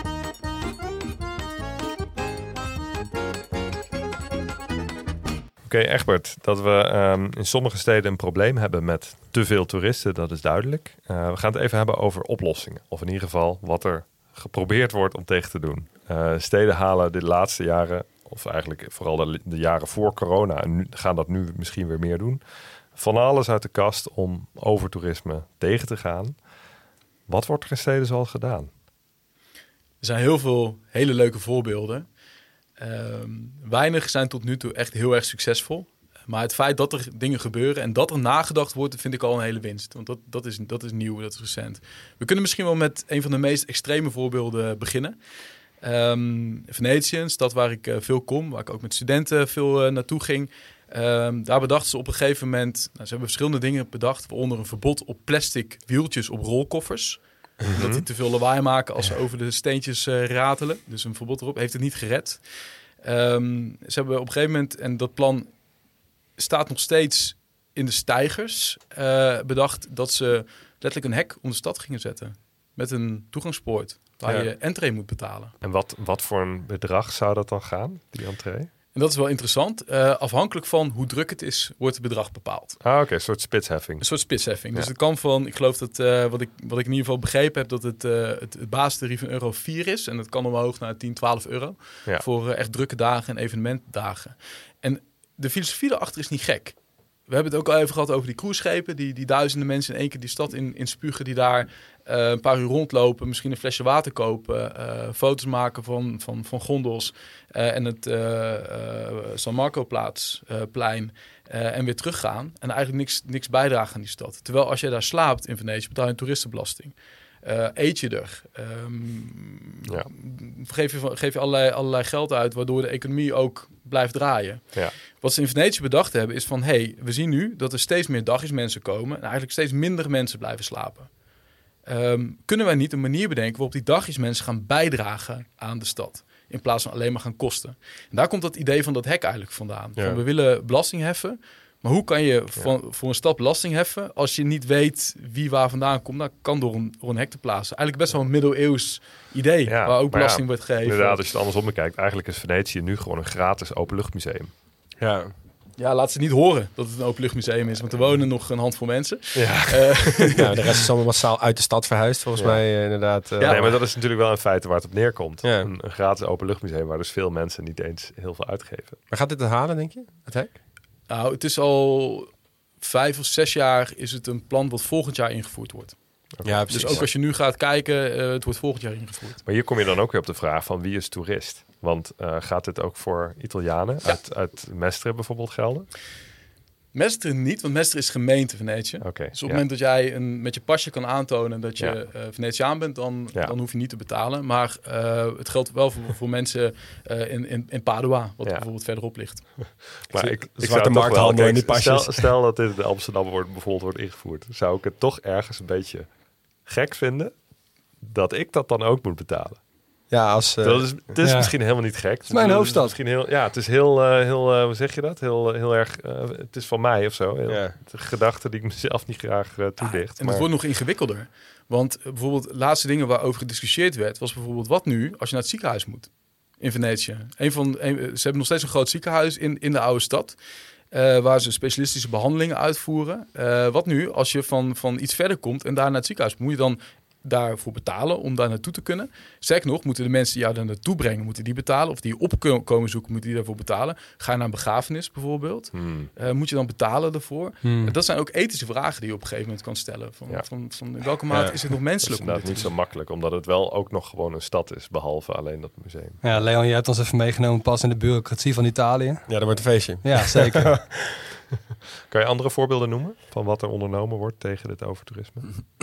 Oké, Egbert, dat we in sommige steden een probleem hebben met te veel toeristen, dat is duidelijk. We gaan het even hebben over oplossingen. Of in ieder geval wat er geprobeerd wordt om tegen te doen. Steden halen de laatste jaren, of eigenlijk vooral de jaren voor corona, en gaan dat nu misschien weer meer doen, van alles uit de kast om overtoerisme tegen te gaan. Wat wordt er in steden zoal gedaan? Er zijn heel veel hele leuke voorbeelden. Weinig zijn tot nu toe echt heel erg succesvol. Maar het feit dat er dingen gebeuren en dat er nagedacht wordt, vind ik al een hele winst. Want dat is nieuw, dat is recent. We kunnen misschien wel met een van de meest extreme voorbeelden beginnen. Venetië, een stad waar ik veel kom, waar ik ook met studenten veel naartoe ging. Daar bedachten ze op een gegeven moment, ze hebben verschillende dingen bedacht, waaronder een verbod op plastic wieltjes op rolkoffers. Mm-hmm. Dat die te veel lawaai maken als ze over de steentjes ratelen. Dus een verbod erop heeft het niet gered. Ze hebben op een gegeven moment, en dat plan staat nog steeds in de steigers, bedacht dat ze letterlijk een hek om de stad gingen zetten. Met een toegangspoort waar je entree moet betalen. En wat voor een bedrag zou dat dan gaan, die entree? En dat is wel interessant. Afhankelijk van hoe druk het is, wordt het bedrag bepaald. Oké, een soort spitsheffing. Een soort spitsheffing. Ja. Dus het kan van, ik geloof dat, wat ik in ieder geval begrepen heb, dat het basistarief €1 is. En dat kan omhoog naar 10, 12 euro. Ja. Voor echt drukke dagen en evenementdagen. En de filosofie daarachter is niet gek. We hebben het ook al even gehad over die cruiseschepen. Die duizenden mensen in één keer die stad in spugen, die daar een paar uur rondlopen, misschien een flesje water kopen, foto's maken van gondels en het San Marco plein en weer teruggaan. En eigenlijk niks bijdragen aan die stad. Terwijl als je daar slaapt in Venetië, betaal je een toeristenbelasting. Eet je er? Geef je allerlei geld uit, waardoor de economie ook blijft draaien. Ja. Wat ze in Venetië bedacht hebben is van... we zien nu dat er steeds meer dagjesmensen komen... en eigenlijk steeds minder mensen blijven slapen. Kunnen wij niet een manier bedenken... waarop die dagjesmensen gaan bijdragen aan de stad... in plaats van alleen maar gaan kosten? En daar komt dat idee van dat hek eigenlijk vandaan. Ja. Van, we willen belasting heffen... Maar hoe kan je voor een stad belasting heffen... als je niet weet wie waar vandaan komt? Dat kan door een hek te plaatsen. Eigenlijk best wel een middeleeuws idee... waar ook belasting wordt gegeven. Inderdaad, als je het andersom bekijkt... eigenlijk is Venetië nu gewoon een gratis openluchtmuseum. Ja, laat ze niet horen dat het een openluchtmuseum is. Want er wonen nog een handvol mensen. Ja. De rest is allemaal massaal uit de stad verhuisd, volgens mij inderdaad. Nee, maar dat is natuurlijk wel in feite waar het op neerkomt. Ja. Een gratis openluchtmuseum waar dus veel mensen niet eens heel veel uitgeven. Maar gaat dit het halen, denk je, het hek? Nou, het is al 5 of 6 jaar is het een plan wat volgend jaar ingevoerd wordt. Okay. Ja, precies. Dus ook als je nu gaat kijken, het wordt volgend jaar ingevoerd. Maar hier kom je dan ook weer op de vraag van wie is toerist? Want gaat dit ook voor Italianen uit Mestre bijvoorbeeld gelden? Mestre niet, want Mestre is gemeente Venetië. Dus op het moment dat jij met je pasje kan aantonen dat je Venetiaan bent, dan hoef je niet te betalen. Maar het geldt wel voor mensen in Padua, wat bijvoorbeeld verderop ligt. Maar ik zou de markthandel in die pasjes. Stel dat dit in Amsterdam bijvoorbeeld wordt ingevoerd, zou ik het toch ergens een beetje gek vinden dat ik dat dan ook moet betalen. Ja, het is misschien helemaal niet gek. Het is mijn hoofdstad. Het is heel hoe zeg je dat? Heel erg, het is van mij of zo. De gedachte die ik mezelf niet graag toedicht. En het wordt nog ingewikkelder. Want bijvoorbeeld, laatste dingen waarover gediscussieerd werd, was bijvoorbeeld wat nu als je naar het ziekenhuis moet in Venetië. Ze hebben nog steeds een groot ziekenhuis in de oude stad. Waar ze specialistische behandelingen uitvoeren. Wat nu als je van iets verder komt en daar naar het ziekenhuis moet je dan daarvoor betalen om daar naartoe te kunnen. Sterker nog, moeten de mensen die jou daar naartoe brengen, moeten die betalen. Of die op komen zoeken, moeten die daarvoor betalen. Ga je naar een begrafenis bijvoorbeeld, moet je dan betalen daarvoor? Dat zijn ook ethische vragen die je op een gegeven moment kan stellen. Van in welke mate is het nog menselijk? Het is inderdaad niet zo makkelijk, omdat het wel ook nog gewoon een stad is, behalve alleen dat museum. Ja, Leon, je hebt ons even meegenomen pas in de bureaucratie van Italië. Ja, dat wordt een feestje. Ja, zeker. Kan je andere voorbeelden noemen van wat er ondernomen wordt tegen dit overtoerisme?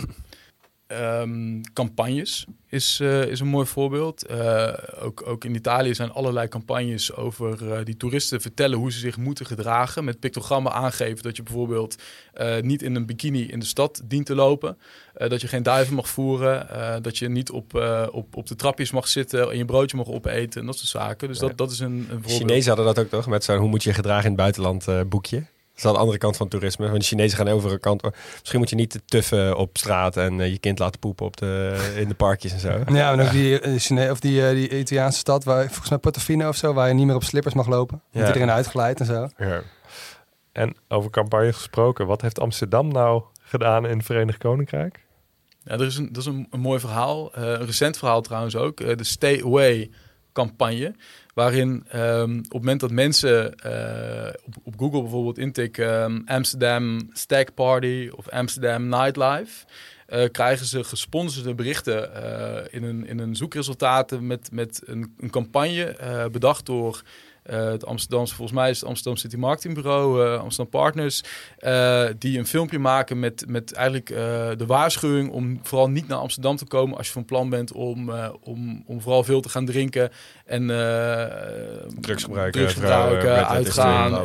Campagnes is een mooi voorbeeld. Ook in Italië zijn allerlei campagnes over die toeristen vertellen hoe ze zich moeten gedragen. Met pictogrammen aangeven dat je bijvoorbeeld niet in een bikini in de stad dient te lopen. Dat je geen duiven mag voeren. Dat je niet op de trapjes mag zitten en je broodje mag opeten. En dat soort zaken. Dus dat is een voorbeeld. Chinezen hadden dat ook toch? Met zo'n hoe moet je je gedragen in het buitenland boekje. Dat is aan de andere kant van toerisme. Want de Chinezen gaan over een kant. Misschien moet je niet te tuffen op straat en je kind laten poepen in de parkjes en zo. Ja, en ook die Italiaanse stad, waar volgens mij Portofino of zo, waar je niet meer op slippers mag lopen. Wordt iedereen uitgeleid en zo. Ja. En over campagne gesproken, wat heeft Amsterdam nou gedaan in het Verenigd Koninkrijk? Ja, dat is een mooi verhaal. Een recent verhaal trouwens ook. De Stay Away campagne. Waarin op het moment dat mensen op Google bijvoorbeeld intikken Amsterdam Stag Party of Amsterdam Nightlife, krijgen ze gesponsorde berichten in een zoekresultaten met een campagne bedacht door het Amsterdamse, volgens mij is het Amsterdam City Marketing Bureau, Amsterdam Partners, die een filmpje maken met eigenlijk de waarschuwing om vooral niet naar Amsterdam te komen als je van plan bent om vooral veel te gaan drinken en drugs gebruiken, uitgaan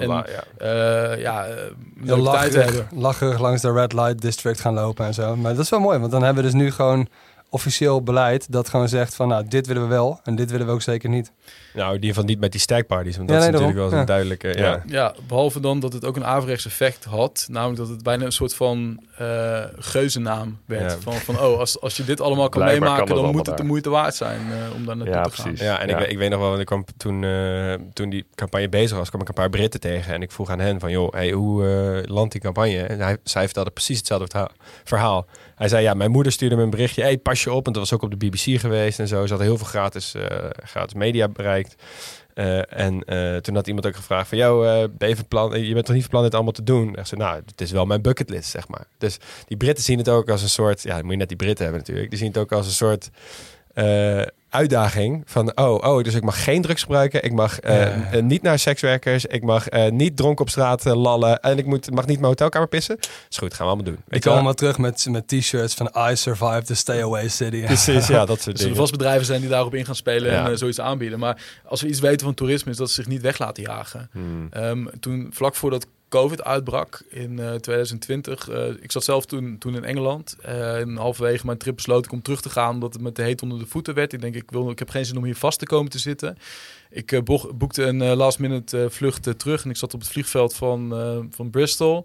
tijd hebben. Lacherig langs de Red Light District gaan lopen en zo. Maar dat is wel mooi, want dan hebben we dus nu gewoon officieel beleid dat gewoon zegt van nou, dit willen we wel en dit willen we ook zeker niet. Nou, in ieder geval niet met die stagparties, want dat is natuurlijk wel zo'n duidelijke... Ja, behalve dan dat het ook een averechts effect had, namelijk dat het bijna een soort van geuzennaam werd. Ja. Van als je dit allemaal kan meemaken, dan moet het de moeite waard zijn om daar naartoe te gaan. Ja, en ik weet nog wel, want ik kwam toen die campagne bezig was, kwam ik een paar Britten tegen en ik vroeg aan hen van, joh, hey, hoe landt die campagne? En zij vertelde precies hetzelfde verhaal. Hij zei, ja, mijn moeder stuurde me een berichtje, hey, pas je op, en dat was ook op de BBC geweest en zo. Ze hadden heel veel gratis media bereikt. Toen had iemand ook gevraagd van, je bent toch niet van plan dit allemaal te doen? En ze, nou, het is wel mijn bucketlist, zeg maar. Dus die Britten zien het ook als een soort, ja, dan moet je net die Britten hebben natuurlijk. Die zien het ook als een soort uitdaging van dus ik mag geen drugs gebruiken, ik mag niet naar sekswerkers, ik mag niet dronken op straat lallen en ik mag niet mijn hotelkamer pissen. Is goed, gaan we allemaal doen. Ik kom allemaal terug met t-shirts van I survived the stay away city. Precies, ja, dat soort dingen. Er zullen vast bedrijven zijn die daarop in gaan spelen en zoiets aanbieden. Maar als we iets weten van toerisme is dat ze zich niet weg laten jagen. Toen vlak voordat COVID uitbrak in 2020. Ik zat zelf toen in Engeland. En halverwege mijn trip besloot ik om terug te gaan omdat het met de heet onder de voeten werd. Ik denk, ik heb geen zin om hier vast te komen te zitten. Ik boekte een last minute vlucht terug en ik zat op het vliegveld van Bristol.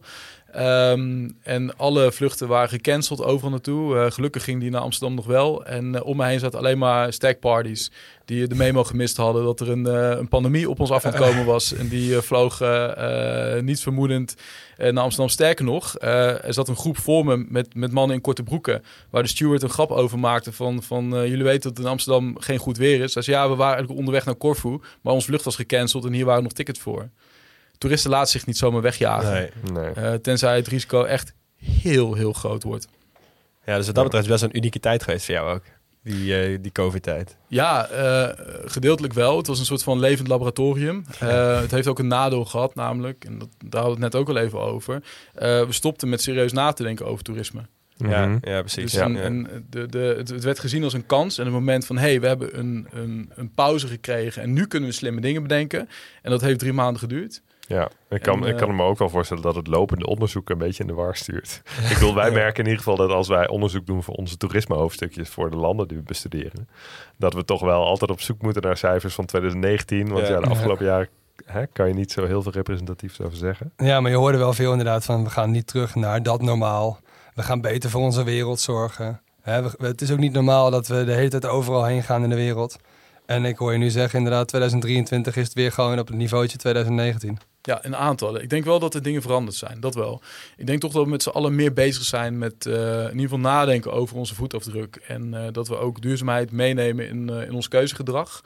En alle vluchten waren gecanceld overal naartoe. Gelukkig ging die naar Amsterdam nog wel. En om me heen zaten alleen maar stagparties die de memo gemist hadden dat er een pandemie op ons af aan het komen was. En die vlogen niets vermoedend naar Amsterdam. Sterker nog, er zat een groep voor me met mannen in korte broeken, waar de steward een grap over maakte van jullie weten dat het in Amsterdam geen goed weer is. Hij zei, ja, we waren eigenlijk onderweg naar Corfu, maar ons vlucht was gecanceld en hier waren nog tickets voor. Toeristen laten zich niet zomaar wegjagen. Nee. Tenzij het risico echt heel, heel groot wordt. Ja, dus wat dat betreft is best een unieke tijd geweest voor jou ook. Die COVID-tijd. Ja, gedeeltelijk wel. Het was een soort van levend laboratorium. Het heeft ook een nadeel gehad, namelijk, en daar hadden we het net ook al even over. We stopten met serieus na te denken over toerisme. Ja, precies. Dus het werd gezien als een kans. En het moment van, we hebben een pauze gekregen en nu kunnen we slimme dingen bedenken. En dat heeft 3 maanden geduurd. Ja, ik kan me ook wel voorstellen dat het lopende onderzoek een beetje in de war stuurt. Ik bedoel, wij merken in ieder geval dat als wij onderzoek doen voor onze toerisme-hoofdstukjes voor de landen die we bestuderen, dat we toch wel altijd op zoek moeten naar cijfers van 2019. Want de afgelopen jaren kan je niet zo heel veel representatiefs over zeggen. Ja, maar je hoorde wel veel inderdaad van, we gaan niet terug naar dat normaal. We gaan beter voor onze wereld zorgen. Het is ook niet normaal dat we de hele tijd overal heen gaan in de wereld. En ik hoor je nu zeggen, inderdaad, 2023 is het weer gewoon op het niveautje 2019. Ja, in aantallen. Ik denk wel dat er dingen veranderd zijn. Dat wel. Ik denk toch dat we met z'n allen meer bezig zijn met in ieder geval nadenken over onze voetafdruk. En dat we ook duurzaamheid meenemen in ons keuzegedrag.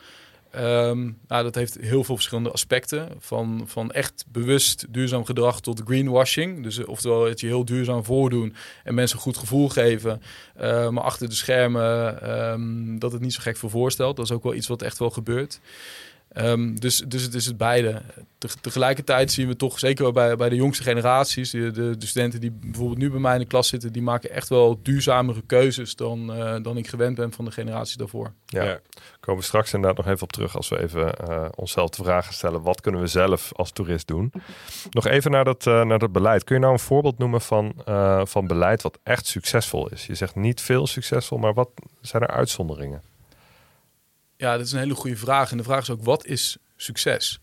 Dat heeft heel veel verschillende aspecten. Van echt bewust duurzaam gedrag tot greenwashing. Dus oftewel het je heel duurzaam voordoen en mensen een goed gevoel geven. Maar achter de schermen dat het niet zo gek voor voorstelt. Dat is ook wel iets wat echt wel gebeurt. Dus het is het beide. Tegelijkertijd zien we toch, zeker bij de jongste generaties, de studenten die bijvoorbeeld nu bij mij in de klas zitten, die maken echt wel duurzamere keuzes dan ik gewend ben van de generaties daarvoor. Ja. Komen we straks inderdaad nog even op terug als we even onszelf de vragen stellen. Wat kunnen we zelf als toerist doen? Nog even naar dat beleid. Kun je nou een voorbeeld noemen van beleid wat echt succesvol is? Je zegt niet veel succesvol, maar wat zijn er uitzonderingen? Ja, dat is een hele goede vraag. En de vraag is ook, wat is succes?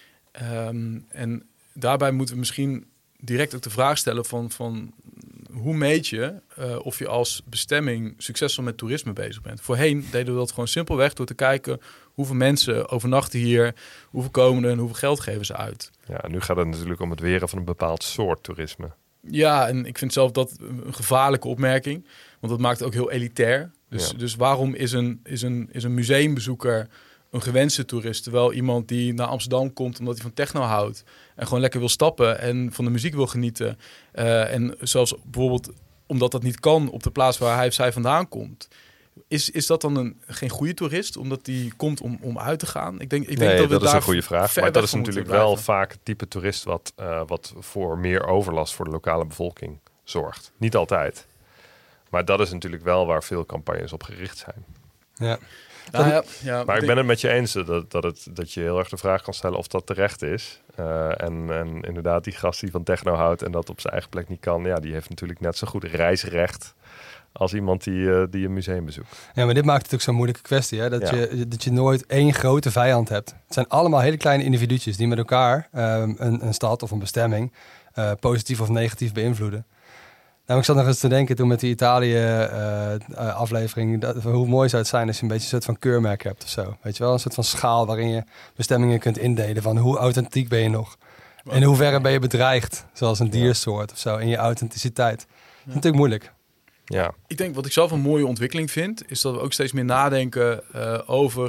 En daarbij moeten we misschien direct ook de vraag stellen van hoe meet je of je als bestemming succesvol met toerisme bezig bent? Voorheen deden we dat gewoon simpelweg door te kijken hoeveel mensen overnachten hier, hoeveel komen er en hoeveel geld geven ze uit. Ja, nu gaat het natuurlijk om het weren van een bepaald soort toerisme. Ja, en ik vind zelf dat een gevaarlijke opmerking, want dat maakt het ook heel elitair. Dus waarom is een museumbezoeker een gewenste toerist, terwijl iemand die naar Amsterdam komt omdat hij van techno houdt en gewoon lekker wil stappen en van de muziek wil genieten en zelfs bijvoorbeeld omdat dat niet kan op de plaats waar hij of zij vandaan komt, is dat dan geen goede toerist omdat die komt om uit te gaan? Ik denk dat is een goede vraag, maar dat is natuurlijk wel vaak het type toerist wat voor meer overlast voor de lokale bevolking zorgt. Niet altijd. Maar dat is natuurlijk wel waar veel campagnes op gericht zijn. Ja. Maar ik ben het met je eens dat je heel erg de vraag kan stellen of dat terecht is. En inderdaad, die gast die van techno houdt en dat op zijn eigen plek niet kan, ja, die heeft natuurlijk net zo goed reisrecht als iemand die een museum bezoekt. Ja, maar dit maakt het ook zo'n moeilijke kwestie. Hè? Dat je nooit één grote vijand hebt. Het zijn allemaal hele kleine individuutjes die met elkaar een stad of een bestemming positief of negatief beïnvloeden. Nou, ik zat nog eens te denken toen met die Italië-aflevering... hoe mooi zou het zijn als je een beetje een soort van keurmerk hebt of zo. Weet je wel, een soort van schaal waarin je bestemmingen kunt indelen van hoe authentiek ben je nog. En in hoeverre ben je bedreigd, zoals een diersoort of zo, in je authenticiteit. Dat is natuurlijk moeilijk. Ja. Ik denk wat ik zelf een mooie ontwikkeling vind, is dat we ook steeds meer nadenken over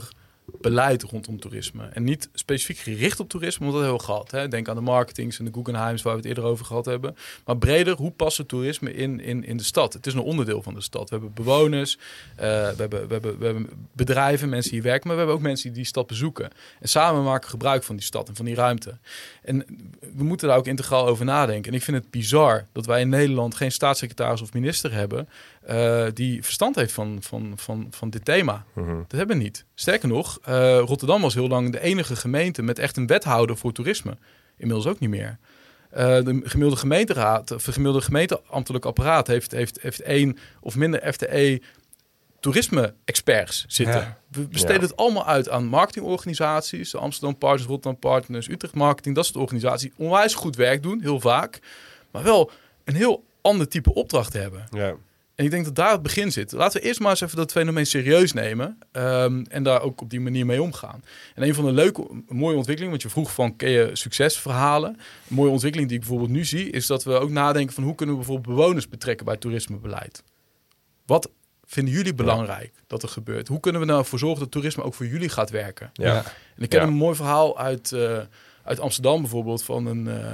beleid rondom toerisme. En niet specifiek gericht op toerisme, want dat hebben we gehad. Hè? Denk aan de marketings en de Guggenheims waar we het eerder over gehad hebben. Maar breder, hoe past het toerisme in de stad? Het is een onderdeel van de stad. We hebben bewoners, we hebben bedrijven, mensen die hier werken, maar we hebben ook mensen die stad bezoeken. En samen maken gebruik van die stad en van die ruimte. En we moeten daar ook integraal over nadenken. En ik vind het bizar dat wij in Nederland geen staatssecretaris of minister hebben die verstand heeft van dit thema. Mhm. Dat hebben we niet. Sterker nog, Rotterdam was heel lang de enige gemeente met echt een wethouder voor toerisme. Inmiddels ook niet meer. De gemiddelde gemeenteraad, of de gemiddelde gemeenteambtelijk apparaat heeft 1 of minder FTE toerisme-experts zitten. Ja. We besteden het allemaal uit aan marketingorganisaties. De Amsterdam Partners, Rotterdam Partners, Utrecht Marketing. Dat soort organisaties. Onwijs goed werk doen, heel vaak. Maar wel een heel ander type opdracht hebben. Ja. En ik denk dat daar het begin zit. Laten we eerst maar eens even dat fenomeen serieus nemen. En daar ook op die manier mee omgaan. En een van de mooie ontwikkelingen, want je vroeg van, ken je succesverhalen? Een mooie ontwikkeling die ik bijvoorbeeld nu zie, is dat we ook nadenken van hoe kunnen we bijvoorbeeld bewoners betrekken bij toerismebeleid. Wat vinden jullie belangrijk dat er gebeurt? Hoe kunnen we nou ervoor zorgen dat toerisme ook voor jullie gaat werken? Ja. En ik ken een mooi verhaal uit Amsterdam bijvoorbeeld van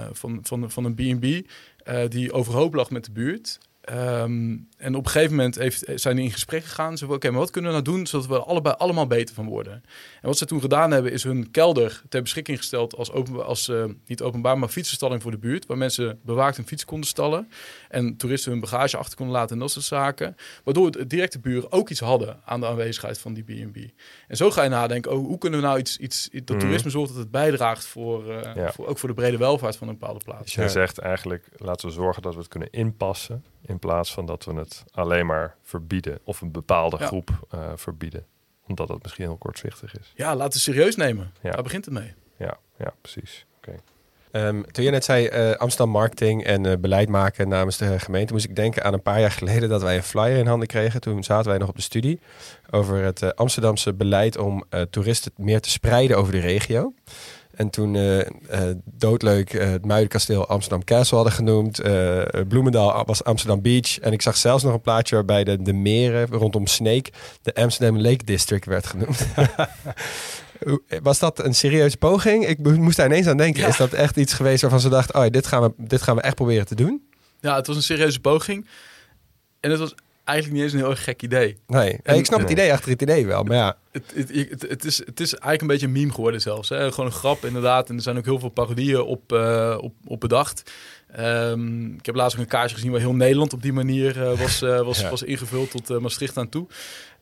een B&B die overhoop lag met de buurt. En op een gegeven moment zijn die in gesprek gegaan. Ze zeiden, oké, maar wat kunnen we nou doen zodat we allemaal beter van worden? En wat ze toen gedaan hebben, is hun kelder ter beschikking gesteld als niet openbaar, maar fietsenstalling voor de buurt. Waar mensen bewaakt hun fiets konden stallen. En toeristen hun bagage achter konden laten en dat soort zaken. Waardoor de directe buren ook iets hadden aan de aanwezigheid van die B&B. En zo ga je nadenken, hoe kunnen we nou dat toerisme zorgt dat het bijdraagt ook voor de brede welvaart van een bepaalde plaats. Dus jij zegt eigenlijk, laten we zorgen dat we het kunnen inpassen, in plaats van dat we het alleen maar verbieden of een bepaalde groep verbieden. Omdat dat misschien heel kortzichtig is. Ja, laten we het serieus nemen. Ja. Daar begint het mee. Ja, precies. Oké. Toen je net zei Amsterdam Marketing en beleid maken namens de gemeente, moest ik denken aan een paar jaar geleden dat wij een flyer in handen kregen. Toen zaten wij nog op de studie over het Amsterdamse beleid om toeristen meer te spreiden over de regio. En toen doodleuk het Muidenkasteel Amsterdam Castle hadden genoemd. Bloemendaal was Amsterdam Beach. En ik zag zelfs nog een plaatje waarbij de meren rondom Sneek de Amsterdam Lake District werd genoemd. Was dat een serieuze poging? Ik moest daar ineens aan denken. Ja. Is dat echt iets geweest waarvan ze dachten, dit gaan we echt proberen te doen? Ja, het was een serieuze poging. En het was eigenlijk niet eens een heel erg gek idee. Nee, ik snap het idee achter het idee wel, maar ja. Het is eigenlijk een beetje een meme geworden zelfs. Hè? Gewoon een grap inderdaad. En er zijn ook heel veel parodieën op bedacht. Ik heb laatst ook een kaartje gezien waar heel Nederland op die manier was ingevuld tot Maastricht aan toe.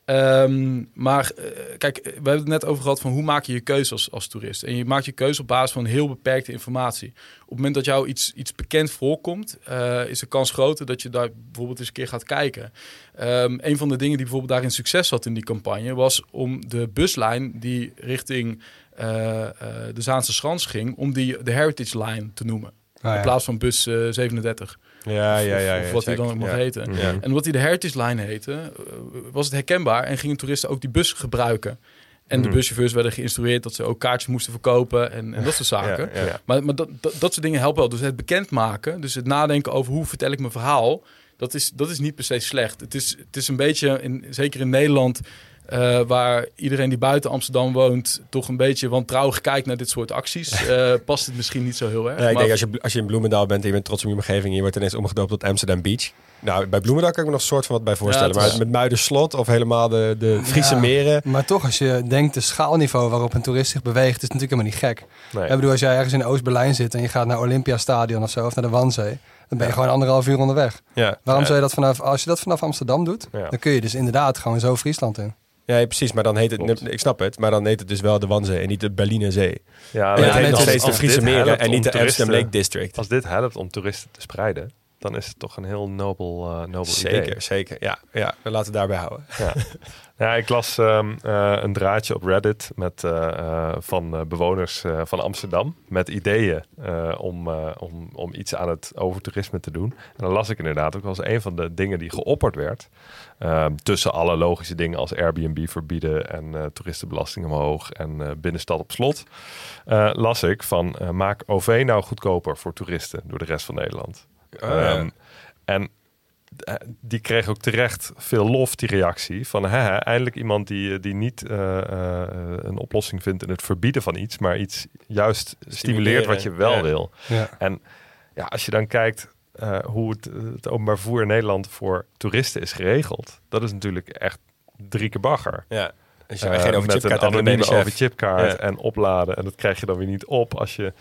Kijk, we hebben het net over gehad van hoe maak je je keuze als toerist. En je maakt je keuze op basis van heel beperkte informatie. Op het moment dat jou iets bekend voorkomt, is de kans groter dat je daar bijvoorbeeld eens een keer gaat kijken. Een van de dingen die bijvoorbeeld daarin succes had in die campagne was om de buslijn die richting de Zaanse Schans ging, om die de Heritage Line te noemen. In plaats van bus 37. Of wat die dan ook mag heten. Ja. En omdat die de Heritage Line heette, was het herkenbaar en gingen toeristen ook die bus gebruiken. En de buschauffeurs werden geïnstrueerd dat ze ook kaartjes moesten verkopen en dat soort zaken. Ja. Maar dat soort dingen helpen wel. Dus het bekendmaken, dus het nadenken over hoe vertel ik mijn verhaal, dat is niet per se slecht. Het is een beetje, zeker in Nederland, waar iedereen die buiten Amsterdam woont toch een beetje wantrouwig kijkt naar dit soort acties. Past het misschien niet zo heel erg. Ja, ik denk als je in Bloemendaal bent en je bent trots op je omgeving en je wordt ineens omgedoopt tot Amsterdam Beach. Nou, bij Bloemendaal kan ik me nog een soort van wat bij voorstellen. Maar met Muiderslot of helemaal de Friese meren. Maar toch, als je denkt de schaalniveau waarop een toerist zich beweegt, is het natuurlijk helemaal niet gek. Nee. Ik bedoel, als jij ergens in Oost-Berlijn zit en je gaat naar Olympiastadion of zo, of naar de Wanzee, dan ben je gewoon 1,5 uur onderweg. Ja. Waarom zou je dat als je dat vanaf Amsterdam doet, dan kun je dus inderdaad gewoon zo Friesland in. Ja, precies. Maar dan heet het, ik snap het, maar dan heet het dus wel de Wanzee en niet de Berliner Zee. Ja, en het heet nog steeds de Friese Meren en niet de Amsterdam Lake District. Als dit helpt om toeristen te spreiden, dan is het toch een heel nobel idee. Zeker. Ja, we laten het daarbij houden. Ja, ik las een draadje op Reddit van bewoners van Amsterdam met ideeën om iets aan het overtoerisme te doen. En dan las ik inderdaad ook als een van de dingen die geopperd werd. Tussen alle logische dingen als Airbnb verbieden en toeristenbelasting omhoog en binnenstad op slot. Las ik van maak OV nou goedkoper voor toeristen door de rest van Nederland. En die kreeg ook terecht veel lof, die reactie. Van eindelijk iemand die niet een oplossing vindt in het verbieden van iets, maar iets juist stimuleert wat je wel wil. Ja. En ja, als je dan kijkt hoe het openbaar vervoer in Nederland voor toeristen is geregeld, dat is natuurlijk echt 3 keer bagger. Ja. Als je geen met een anonieme overchipkaart en opladen. En dat krijg je dan weer niet op als je...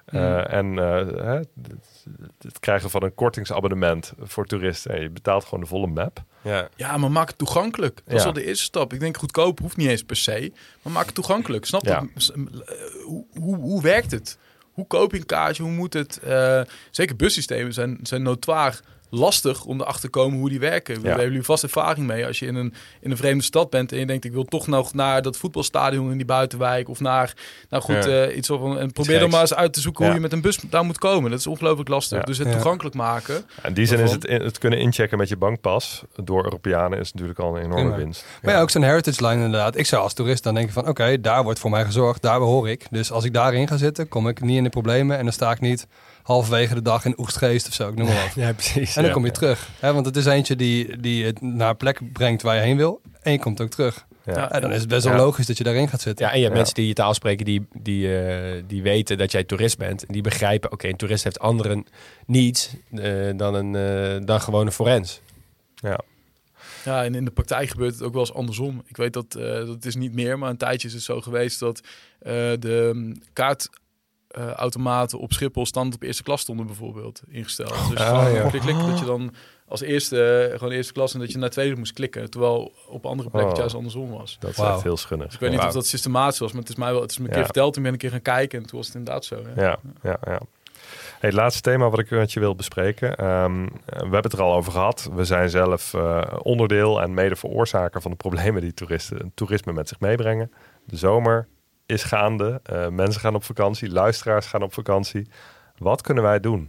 het krijgen van een kortingsabonnement voor toeristen. En je betaalt gewoon de volle map. Ja, maar maak het toegankelijk. Dat is al de eerste stap. Ik denk goedkoop hoeft niet eens per se. Maar maak het toegankelijk. Snap je? Hoe werkt het? Hoe koop je een kaartje? Hoe moet het? Zeker bussystemen zijn notoir lastig om erachter te komen hoe die werken. Daar hebben jullie vast ervaring mee. Als je in een vreemde stad bent en je denkt, ik wil toch nog naar dat voetbalstadion in die buitenwijk of naar iets of en probeer dan maar eens uit te zoeken hoe je met een bus daar moet komen. Dat is ongelooflijk lastig. Ja. Dus het toegankelijk maken. In die zin is het kunnen inchecken met je bankpas door Europeanen is natuurlijk al een enorme winst. Maar ook zo'n heritage line inderdaad. Ik zou als toerist dan denken van oké, daar wordt voor mij gezorgd, daar behoor ik. Dus als ik daarin ga zitten, kom ik niet in de problemen en dan sta ik niet halverwege de dag in Oegstgeest of zo, ik noem maar wat. Ja, precies. En dan kom je terug. Hè? Want het is eentje die het naar een plek brengt waar je heen wil. En je komt ook terug. Ja. En dan is het best wel logisch dat je daarin gaat zitten. Ja, en je hebt mensen die je taal spreken die weten dat jij toerist bent. En die begrijpen, oké, een toerist heeft andere needs dan gewoon een forens. Ja. Ja, en in de praktijk gebeurt het ook wel eens andersom. Ik weet dat is niet meer, maar een tijdje is het zo geweest dat de kaartautomaten op Schiphol standaard op eerste klas stonden bijvoorbeeld ingesteld. Dus klikken dat je dan als eerste gewoon eerste klas en dat je naar tweede moest klikken, terwijl op andere plekken het juist andersom was. Dat is echt heel schunnig. Dus ik weet niet of dat systematisch was, maar het is me een keer verteld. Toen ben ik een keer gaan kijken en toen was het inderdaad zo. Ja. Hey, het laatste thema wat ik met je wil bespreken. We hebben het er al over gehad. We zijn zelf onderdeel en mede veroorzaker van de problemen die toerisme met zich meebrengen. De zomer is gaande. Mensen gaan op vakantie. Luisteraars gaan op vakantie. Wat kunnen wij doen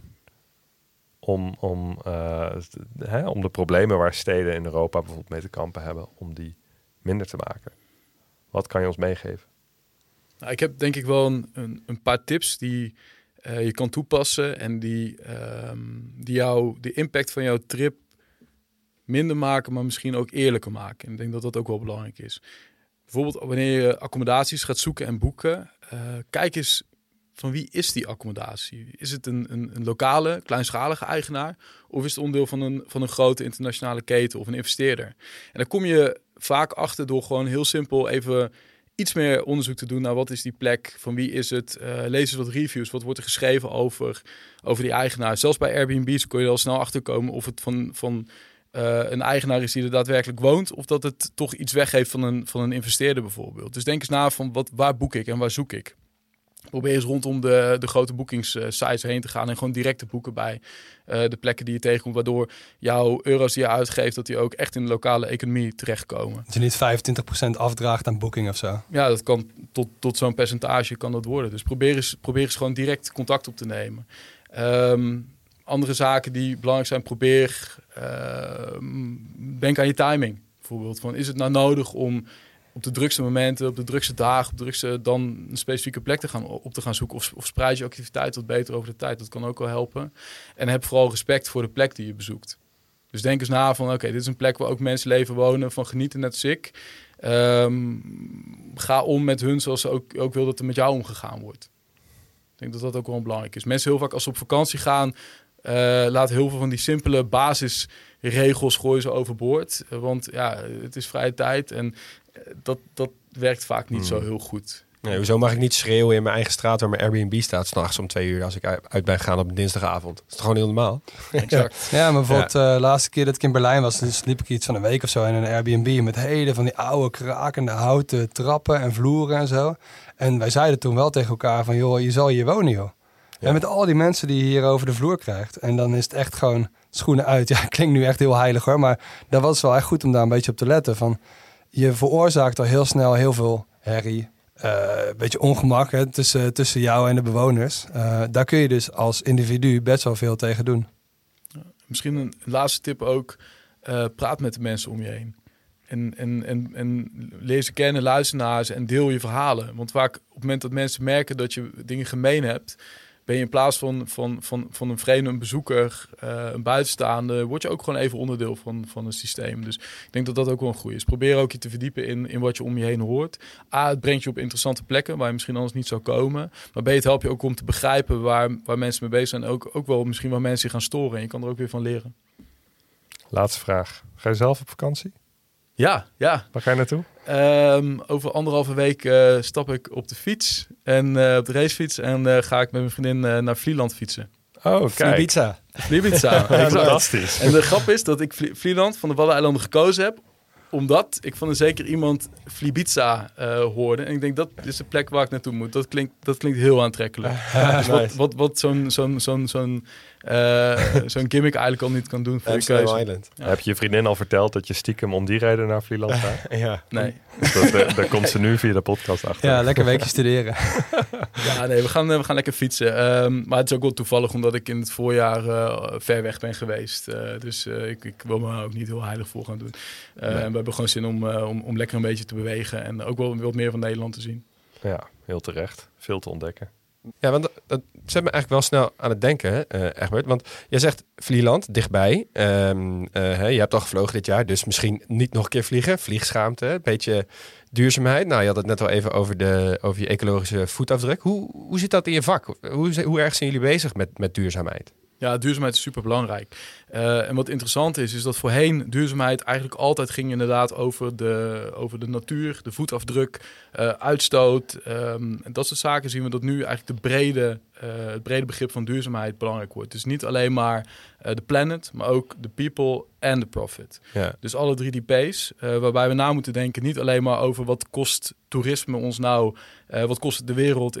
om de problemen waar steden in Europa bijvoorbeeld mee te kampen hebben, om die minder te maken? Wat kan je ons meegeven? Nou, ik heb denk ik wel een paar tips die je kan toepassen en die de impact van jouw trip minder maken, maar misschien ook eerlijker maken. En ik denk dat dat ook wel belangrijk is. Bijvoorbeeld wanneer je accommodaties gaat zoeken en boeken, kijk eens van wie is die accommodatie? Is het een lokale, kleinschalige eigenaar of is het onderdeel van een grote internationale keten of een investeerder? En dan kom je vaak achter door gewoon heel simpel even iets meer onderzoek te doen naar wat is die plek, van wie is het, lees eens wat reviews, wat wordt er geschreven over die eigenaar. Zelfs bij Airbnb's kon je er al snel achterkomen of het van een eigenaar is die er daadwerkelijk woont, of dat het toch iets weggeeft van een investeerder bijvoorbeeld. Dus denk eens na van waar boek ik en waar zoek ik. Probeer eens rondom de grote boekingssites heen te gaan en gewoon direct te boeken bij de plekken die je tegenkomt, waardoor jouw euro's die je uitgeeft, dat die ook echt in de lokale economie terechtkomen. Dat je niet 25% afdraagt aan boeking of zo. Ja, dat kan tot zo'n percentage kan dat worden. Dus probeer eens gewoon direct contact op te nemen. Andere zaken die belangrijk zijn, denk aan je timing. Bijvoorbeeld van, is het nou nodig om op de drukste momenten, op de drukste dagen, op de drukste dan een specifieke plek te gaan zoeken, of spreid je activiteit wat beter over de tijd. Dat kan ook wel helpen. En heb vooral respect voor de plek die je bezoekt. Dus denk eens na van, oké, dit is een plek waar ook mensen leven, wonen, van genieten net als ik. Ga om met hun zoals ze ook wil dat er met jou omgegaan wordt. Ik denk dat dat ook wel belangrijk is. Mensen heel vaak als ze op vakantie gaan, laten heel veel van die simpele basisregels gooien ze overboord. Want ja, het is vrije tijd en dat werkt vaak niet zo heel goed. Nee, hoezo mag ik niet schreeuwen in mijn eigen straat waar mijn Airbnb staat 's nachts om 2 uur als ik uit ben gegaan op een dinsdagavond? Dat is toch gewoon heel normaal? Exact. Ja, maar bijvoorbeeld de laatste keer dat ik in Berlijn was, dus liep ik iets van een week of zo in een Airbnb met hele van die oude krakende houten trappen en vloeren en zo. En wij zeiden toen wel tegen elkaar van, joh, je zal hier wonen, joh. Ja. En met al die mensen die je hier over de vloer krijgt. En dan is het echt gewoon schoenen uit. Ja, klinkt nu echt heel heilig hoor. Maar dat was wel echt goed om daar een beetje op te letten. Van, je veroorzaakt al heel snel heel veel herrie. Een beetje ongemak hè, tussen jou en de bewoners. Daar kun je dus als individu best wel veel tegen doen. Misschien een laatste tip ook. Praat met de mensen om je heen. En leer ze kennen, luister naar ze en deel je verhalen. Want vaak op het moment dat mensen merken dat je dingen gemeen hebt, ben je in plaats van een vreemde, een bezoeker, een buitenstaande, word je ook gewoon even onderdeel van het systeem. Dus ik denk dat dat ook wel een goeie is. Probeer ook je te verdiepen in wat je om je heen hoort. Het brengt je op interessante plekken waar je misschien anders niet zou komen. Maar het helpt je ook om te begrijpen waar mensen mee bezig zijn. Ook wel misschien waar mensen zich gaan storen. En je kan er ook weer van leren. Laatste vraag. Ga je zelf op vakantie? Ja. Waar ga je naartoe? Over 1,5 week stap ik op de fiets en op de racefiets en ga ik met mijn vriendin naar Vlieland fietsen. Oh, kijk. Vliebiza. Fantastisch. En de grap is dat ik Vlieland van de Waddeneilanden gekozen heb, omdat ik van een zeker iemand Vlibiza hoorde. En ik denk, dat is de plek waar ik naartoe moet. Dat klinkt heel aantrekkelijk. Dus wat zo'n gimmick eigenlijk al niet kan doen voor je keuze. Island. Ja. Heb je je vriendin al verteld dat je stiekem om die reden naar Vlieland gaat? Ja. Nee. Daar komt ze nu via de podcast achter. Ja, lekker weekje studeren. Ja, nee, we gaan lekker fietsen. Maar het is ook wel toevallig omdat ik in het voorjaar ver weg ben geweest. Dus ik wil me ook niet heel heilig voor gaan doen. En we hebben gewoon zin om lekker een beetje te bewegen. En ook wel wat meer van Nederland te zien. Ja, heel terecht. Veel te ontdekken. Ja, want dat zet me eigenlijk wel snel aan het denken, Egbert. Want jij zegt Vlieland, dichtbij. Je hebt al gevlogen dit jaar, dus misschien niet nog een keer vliegen. Vliegschaamte, een beetje duurzaamheid. Nou, je had het net al even over je ecologische voetafdruk. Hoe zit dat in je vak? Hoe erg zijn jullie bezig met duurzaamheid? Ja, duurzaamheid is super belangrijk. En wat interessant is dat voorheen duurzaamheid eigenlijk altijd ging inderdaad over de natuur, de voetafdruk, uitstoot. En dat soort zaken zien we dat nu eigenlijk het brede begrip van duurzaamheid belangrijk wordt. Dus niet alleen maar de planet, maar ook de people en de profit. Ja. Dus alle 3 die P's, waarbij we na moeten denken niet alleen maar over wat kost toerisme ons nou, wat kost het de wereld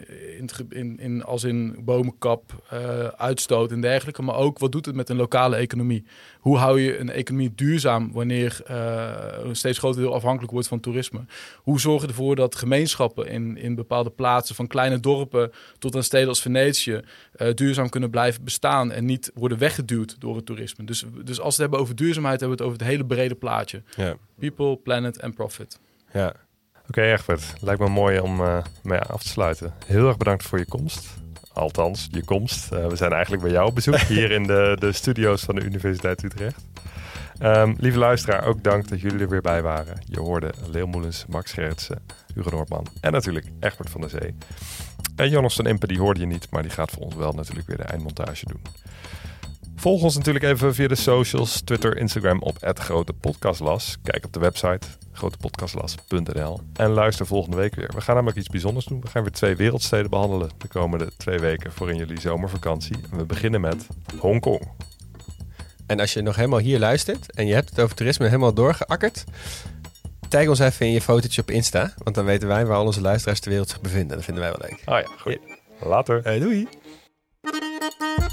als in bomenkap, uitstoot en dergelijke, maar ook wat doet het met een lokale economie? Hoe hou je een economie duurzaam wanneer een steeds groter deel afhankelijk wordt van toerisme? Hoe zorg je ervoor dat gemeenschappen in bepaalde plaatsen, van kleine dorpen tot aan steden als Venetië, duurzaam kunnen blijven bestaan en niet worden weggeduwd door het toerisme? Dus als we het hebben over duurzaamheid, hebben we het over het hele brede plaatje. Ja. People, planet en profit. Ja. Oké, Egbert. Lijkt me mooi om mee af te sluiten. Heel erg bedankt voor je komst. Althans, je komst. We zijn eigenlijk bij jou op bezoek hier in de studio's van de Universiteit Utrecht. Lieve luisteraar, ook dank dat jullie er weer bij waren. Je hoorde Leo Moelens, Max Gerritsen, Hugo Noordman en natuurlijk Egbert van der Zee. En Jonas van Impe, die hoorde je niet, maar die gaat voor ons wel natuurlijk weer de eindmontage doen. Volg ons natuurlijk even via de socials, Twitter, Instagram op @grotepodcastlas. Kijk op de website grotepodcastlas.nl en luister volgende week weer. We gaan namelijk iets bijzonders doen. We gaan weer 2 wereldsteden behandelen de komende 2 weken voor in jullie zomervakantie. En we beginnen met Hongkong. En als je nog helemaal hier luistert en je hebt het over toerisme helemaal doorgeakkerd, tag ons even in je fotootje op Insta, want dan weten wij waar al onze luisteraars ter wereld zich bevinden. Dat vinden wij wel leuk. Oh ja, goed. Later. Doei.